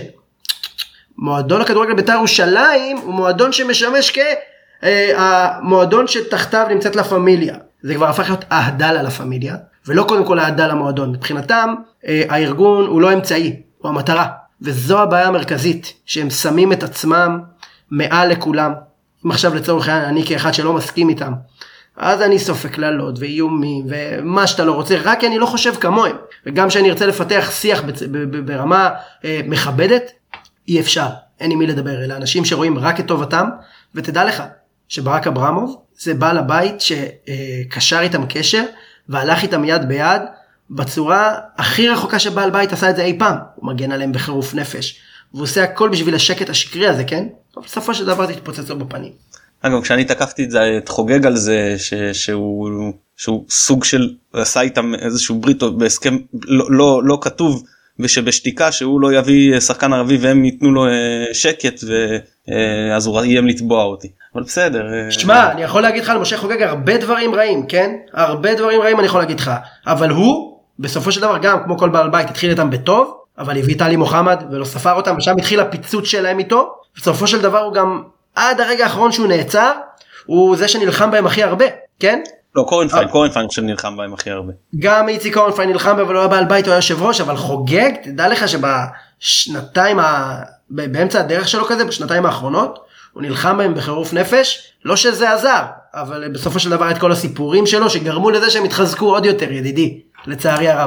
מועדון הכדורגל בית"ר ירושלים, הוא מועדון שמשמש כ... המועדון שתחתיו נמצאת לפמיליה, זה כבר הפך להיות אהדה לפמיליה, ולא קודם כל אהדה למועדון. מבחינתם, הארגון הוא לא אמצעי, הוא המטרה, וזו הבעיה המרכזית, שהם שמים את עצמם מעל לכולם. אם עכשיו לצורך העניין, אני כאחד שלא מסכים איתם, אז אני סופק קללות ואיומים, ומה שאתה לא רוצה, רק כי אני לא חושב כמוהם, וגם שאני ארצה לפתח שיח ברמה מכבדת, אי אפשר, אין עם מי לדבר, אלא אנשים שרואים רק את טובתם, ותדע לך, שברק אברמוב זה בעל הבית שקשר איתם קשר והלך איתם יד ביד בצורה הכי רחוקה שבעל בית עשה את זה אי פעם. הוא מגן עליהם בחירוף נפש והוא עושה הכל בשביל השקט השקרי הזה, כן? בסופו של דבר זה התפוצץ לו בפנים.
אגב, כשאני תקפתי את זה, את חוגג על זה ש, שהוא, שהוא סוג של עשה איתם איזשהו ברית בהסכם לא, לא, לא כתוב, ושבשתיקה שהוא לא יביא שחקן ערבי והם ייתנו לו שקט, ואז הוא איים לתבוע אותי. אבל בסדר.
שמע, אני יכול להגיד לך על משה חוגג הרבה דברים רעים, כן? הרבה דברים רעים אני יכול להגיד לך. אבל הוא, בסופו של דבר גם, כמו כל בעל בית, התחיל איתם בטוב, אבל הביא את עלי מוחמד ולא ספר אותם, ושם התחיל הפיצוץ שלהם איתו. בסופו של דבר הוא גם, עד הרגע האחרון שהוא נעצר, הוא זה שנלחם בהם הכי הרבה, כן?
לא, קורנפיין, קורנפיין שנלחם בהם הכי הרבה.
גם איצי קורנפיין נלחם בהם, אבל הוא היה בעל בית, הוא היה יושב ראש, אבל חוגג, תדע לך שבשנתיים, באמצע הדרך שלו כזה, בשנתיים האחרונות, הוא נלחם בהם בחירוף נפש, לא שזה עזר, אבל בסופו של דבר את כל הסיפורים שלו, שגרמו לזה שהם התחזקו עוד יותר, ידידי, לצערי הרב.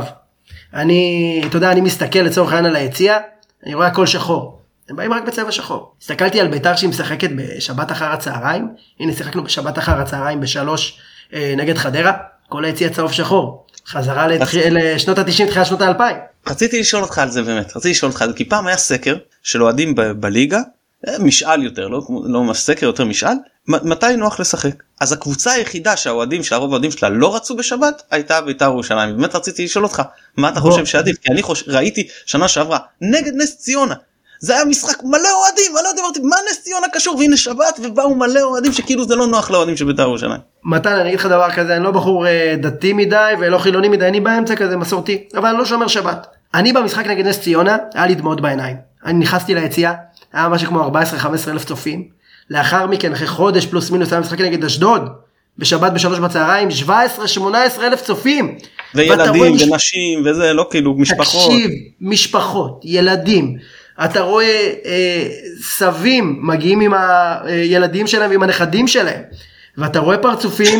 אני, אתה יודע, אני מסתכל לצורך העניין על היציאה, אני רואה הכל שחור. הם באים רק בצבע שחור. הסתכלתי על בית"ר שהיא משחקת בשבת אחר הצהריים, הנה שיחקנו בשבת אחר הצהריים בשלוש אה, נגד חדרה, כל היציאה צהוב שחור, חזרה לתח... לשנות ה-תשעים, תחילת שנות ה-אלפיים.
רציתי לשאול אותך על זה באמת, רציתי לשאול אותך, כי פעם היה סקר של אוהדים ב- בליגה, משאל יותר, לא, לא סקר יותר משאל, מתי נוח לשחק? אז הקבוצה היחידה שהאוהדים, שהרוב האוהדים שלה לא רצו בשבת, הייתה בית"ר ירושלים. באמת רציתי לשאול אותך, מה אתה חושב שעדיף? כי אני חושב, ראיתי שנה שעברה, נגד נס ציונה, זה היה משחק מלא אוהדים, מלא אוהדים, אמרתי, מה נס ציונה קשור, והנה שבת, ובאו מלא אוהדים, שכאילו זה לא נוח לאוהדים של בית"ר ירושלים.
מתן, אני אגיד לך דבר כזה, אני לא בחור דתי מדי, ולא חילוני מדי, אני באמצע כזה מסורתי, אבל אני לא שומר שבת. אני במשחק נגד נס ציונה, היה לי דמעות בעיניים. אני נכנסתי ליציאה, היה משהו כמו ארבע עשרה חמש עשרה אלף צופים. לאחר מכן, אחרי חודש פלוס מינוס, היה משחק נגד אשדוד, בשבת בשלוש בצהריים, שבע עשרה שמונה עשרה אלף צופים.
וילדים ונשים, וזה לא כאילו משפחות.
תקשיב, משפחות, ילדים. אתה רואה אה, סבים מגיעים עם הילדים שלהם ועם הנכדים שלהם. ואתה רואה פרצופים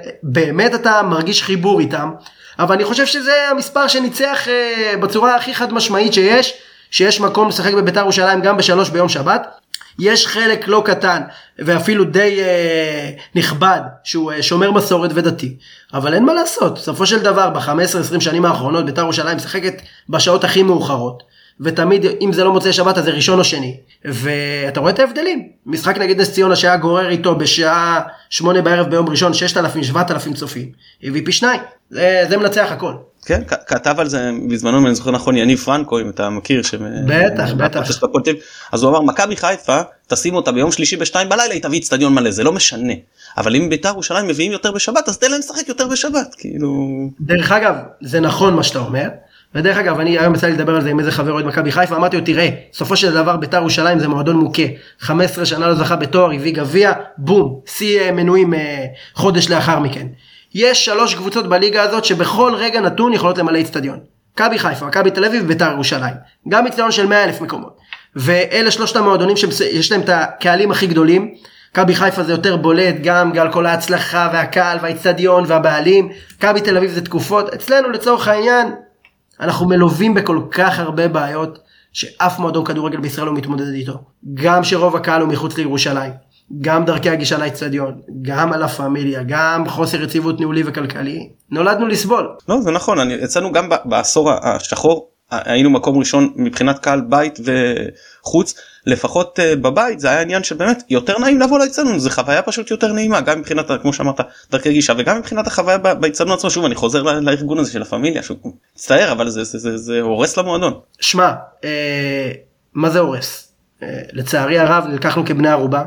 שבאמת אתה מרגיש חיבור איתם. אבל אני חושב שזה המספר שניצח אה, בצורה הכי חד משמעית שיש, שיש מקום לשחק בבית"ר ירושלים גם בשלוש ביום שבת. יש חלק לא קטן ואפילו די אה, נכבד שהוא אה, שומר מסורת ודתי, אבל אין מה לעשות, בסופו של דבר ב-חמש עשרה עשרים שנים האחרונות בית"ר ירושלים משחקת בשעות הכי מאוחרות, ותמיד אם זה לא מוצאי שבת אז זה ראשון או שני, ואתה רואה את ההבדלים. משחק נגד נס ציונה שהיה גורר איתו בשעה שמונה בערב ביום ראשון ששת אלפים שבעת אלפים צופים, הביא פי שניים, זה, זה מנצח הכל.
כן, כתב על זה בזמנו, אם אני זוכר נכון, יניב פרנקו, אם אתה מכיר,
בטח, בטח.
אז הוא אמר, מכבי חיפה, תשימו אותה ביום שלישי בשתיים בלילה, היא תביא אצטדיון מלא, זה לא משנה. אבל אם בית"ר ירושלים מביאים יותר בשבת, אז תן להם לשחק יותר בשבת, כאילו...
דרך אגב, זה נכון מה שאתה אומר, ודרך אגב, אני היום יצא לי לדבר על זה עם איזה חבר אוהד מכבי חיפה, אמרתי לו, תראה, סופו של דבר בית"ר ירושלים זה מועדון מוכה, חמש עשרה שנה לא זכה בתואר, הביא גביע, בום, שיא מנויים חודש לאחר מכן. יש שלוש קבוצות בליגה הזאת שבכל רגע נתון יכולות למלא אצטדיון. מכבי חיפה, מכבי תל אביב ובית"ר ירושלים. גם אצטדיון של מאה אלף מקומות. ואלה שלושת המועדונים שיש להם את הקהלים הכי גדולים. מכבי חיפה זה יותר בולט גם על כל ההצלחה והקהל והאצטדיון והבעלים. מכבי תל אביב זה תקופות. אצלנו לצורך העניין אנחנו מלווים בכל כך הרבה בעיות שאף מועדון כדורגל בישראל לא מתמודד איתו. גם שרוב הקהל הוא מחוץ לירושלים. גם דרכי הגישה לאצטדיון, גם על הפמיליה, גם חוסר יציבות ניהולי וכלכלי, נולדנו לסבול.
לא, זה נכון, אני, יצאנו גם בעשור השחור, היינו מקום ראשון מבחינת קהל בית וחוץ, לפחות בבית זה היה עניין שבאמת יותר נעים לבוא לאצטדיון, זה חוויה פשוט יותר נעימה, גם מבחינת, כמו שאמרת, דרכי גישה, וגם מבחינת החוויה באצטדיון עצמו, שוב, אני חוזר לארגון הזה של הפמיליה, שהוא מצטער, אבל זה, זה, זה, זה הורס למועדון.
שמע, אה, מה זה הורס? אה, לצערי הרב, נלקחנו כבני ערובה,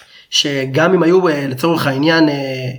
שגם אם היו לצורך העניין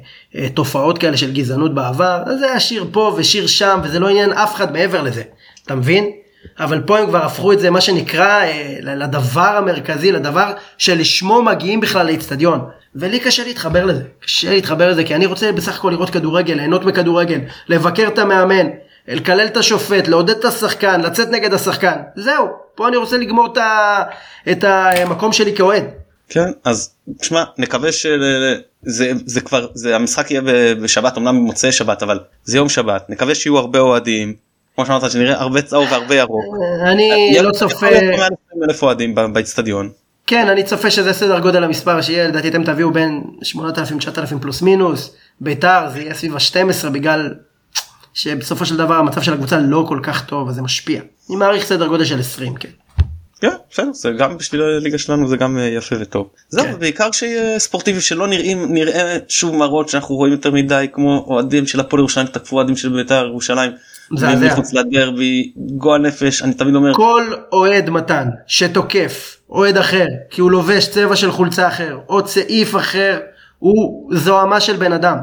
תופעות כאלה של גזענות בעבר, אז זה היה שיר פה ושיר שם, וזה לא עניין אף אחד מעבר לזה, אתה מבין? אבל פה הם כבר הפכו את זה, מה שנקרא, לדבר המרכזי, לדבר שלשמו מגיעים בכלל לאצטדיון, ולי קשה להתחבר לזה, קשה להתחבר לזה, כי אני רוצה בסך הכל לראות כדורגל, ליהנות מכדורגל, לבקר את המאמן, לקלל את השופט, לעודד את השחקן, לצאת נגד השחקן, זהו, פה אני רוצה לגמור את המקום שלי כאוהד.
כן, אז תשמע, נקווה שזה זה כבר, זה המשחק יהיה בשבת, אמנם במוצאי שבת, אבל זה יום שבת, נקווה שיהיו הרבה אוהדים, כמו שאמרת, שנראה הרבה צהוב והרבה ירוק.
אני לא צופה...
אלף אוהדים באצטדיון.
כן, אני צופה שזה סדר גודל המספר שיהיה, לדעתי אתם תביאו בין שמונת אלפים תשעת אלפים פלוס מינוס, בית"ר זה יהיה סביב ה-שתים עשרה, בגלל שבסופו של דבר המצב של הקבוצה לא כל כך טוב, אז זה משפיע. אני מעריך סדר גודל של עשרים, כן.
כן, בסדר, זה גם בשביל הליגה שלנו זה גם יפה וטוב. זהו, בעיקר שיהיה ספורטיבי שלא נראים, נראה שוב מראות שאנחנו רואים יותר מדי, כמו אוהדים של הפועל ירושלים, תקפו אוהדים של בית"ר ירושלים, מחוץ לדרבי, גועל נפש, אני תמיד אומר...
כל אוהד מתן שתוקף אוהד אחר, כי הוא לובש צבע של חולצה אחר, או צעיף אחר, הוא זוהמה של בן אדם.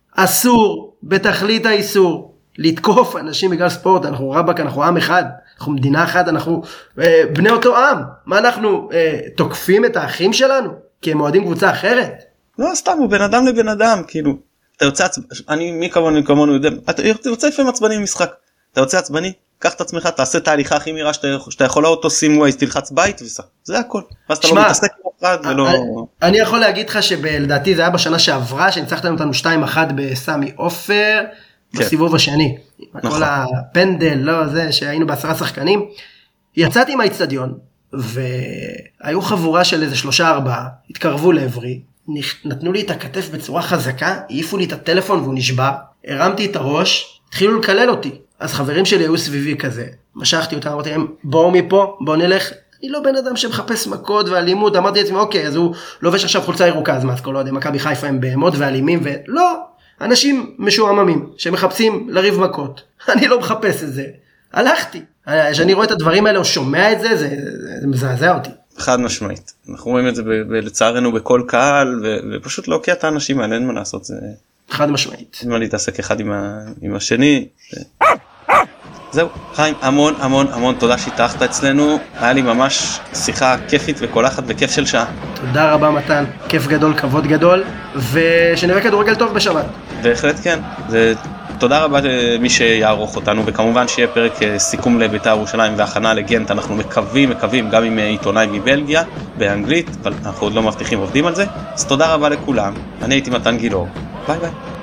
אסור, בתכלית האיסור, לתקוף אנשים בגלל ספורט, אנחנו רבק, אנחנו עם אחד, אנחנו מדינה אחת, אנחנו אה, בני אותו עם, מה אנחנו אה, תוקפים את האחים שלנו, כי הם מועדים קבוצה אחרת?
לא, סתם, הוא בן אדם לבן אדם, כאילו, אתה יוצא עצבני, אני מי כמונו, מי כמונו יודע, אתה יוצא לפעמים עצבני במשחק, אתה יוצא עצבני, קח את עצמך, תעשה את ההליכה הכי מהירה שאתה, שאתה יכול לאוטו, שים ווייז, תלחץ בית וזה, זה הכל, ואז אתה לא מתעסק עם אחד ולא...
אני, אני יכול להגיד לך שלדעתי זה היה בשנה שעברה, שניצחתם אותנו שתיים אחת בסמי עופר, בסיבוב השני, כל הפנדל, לא זה, שהיינו בעשרה שחקנים, יצאתי מהאצטדיון, והיו חבורה של איזה שלושה ארבעה, התקרבו לעברי, נתנו לי את הכתף בצורה חזקה, העיפו לי את הטלפון והוא נשבר, הרמתי את הראש, התחילו לקלל אותי, אז חברים שלי היו סביבי כזה, משכתי אותם, אמרתי להם, בואו מפה, בואו נלך, אני לא בן אדם שמחפש מכות ואלימות, אמרתי לעצמי, אוקיי, אז הוא לובש עכשיו חולצה ירוקה, אז מה, אז כל עוד מכבי חיפה הם בהמות ואלימים, ולא, אנשים משועממים, שמחפשים לריב מכות, אני לא מחפש את זה, הלכתי, כשאני רואה את הדברים האלה או שומע את זה, זה, זה מזעזע אותי.
חד משמעית. אנחנו רואים את זה לצערנו בכל קהל, ופשוט להוקיע את האנשים האלה, אין מה לעשות. זה...
חד משמעית.
אין מה להתעסק אחד עם, ה... עם השני. ו... זהו, חיים, המון המון המון תודה שהתארחת אצלנו, היה לי ממש שיחה כיפית וקולחת וכיף של שעה.
תודה רבה מתן, כיף גדול, כבוד גדול, ושנראה כדורגל טוב בשבת.
בהחלט כן, זה... תודה רבה למי שיערוך אותנו, וכמובן שיהיה פרק סיכום לבית"ר ירושלים והכנה לגנט, אנחנו מקווים, מקווים גם עם עיתונאי מבלגיה, באנגלית, אבל אנחנו עוד לא מבטיחים עובדים על זה, אז תודה רבה לכולם, אני הייתי מתן גילאור, ביי ביי.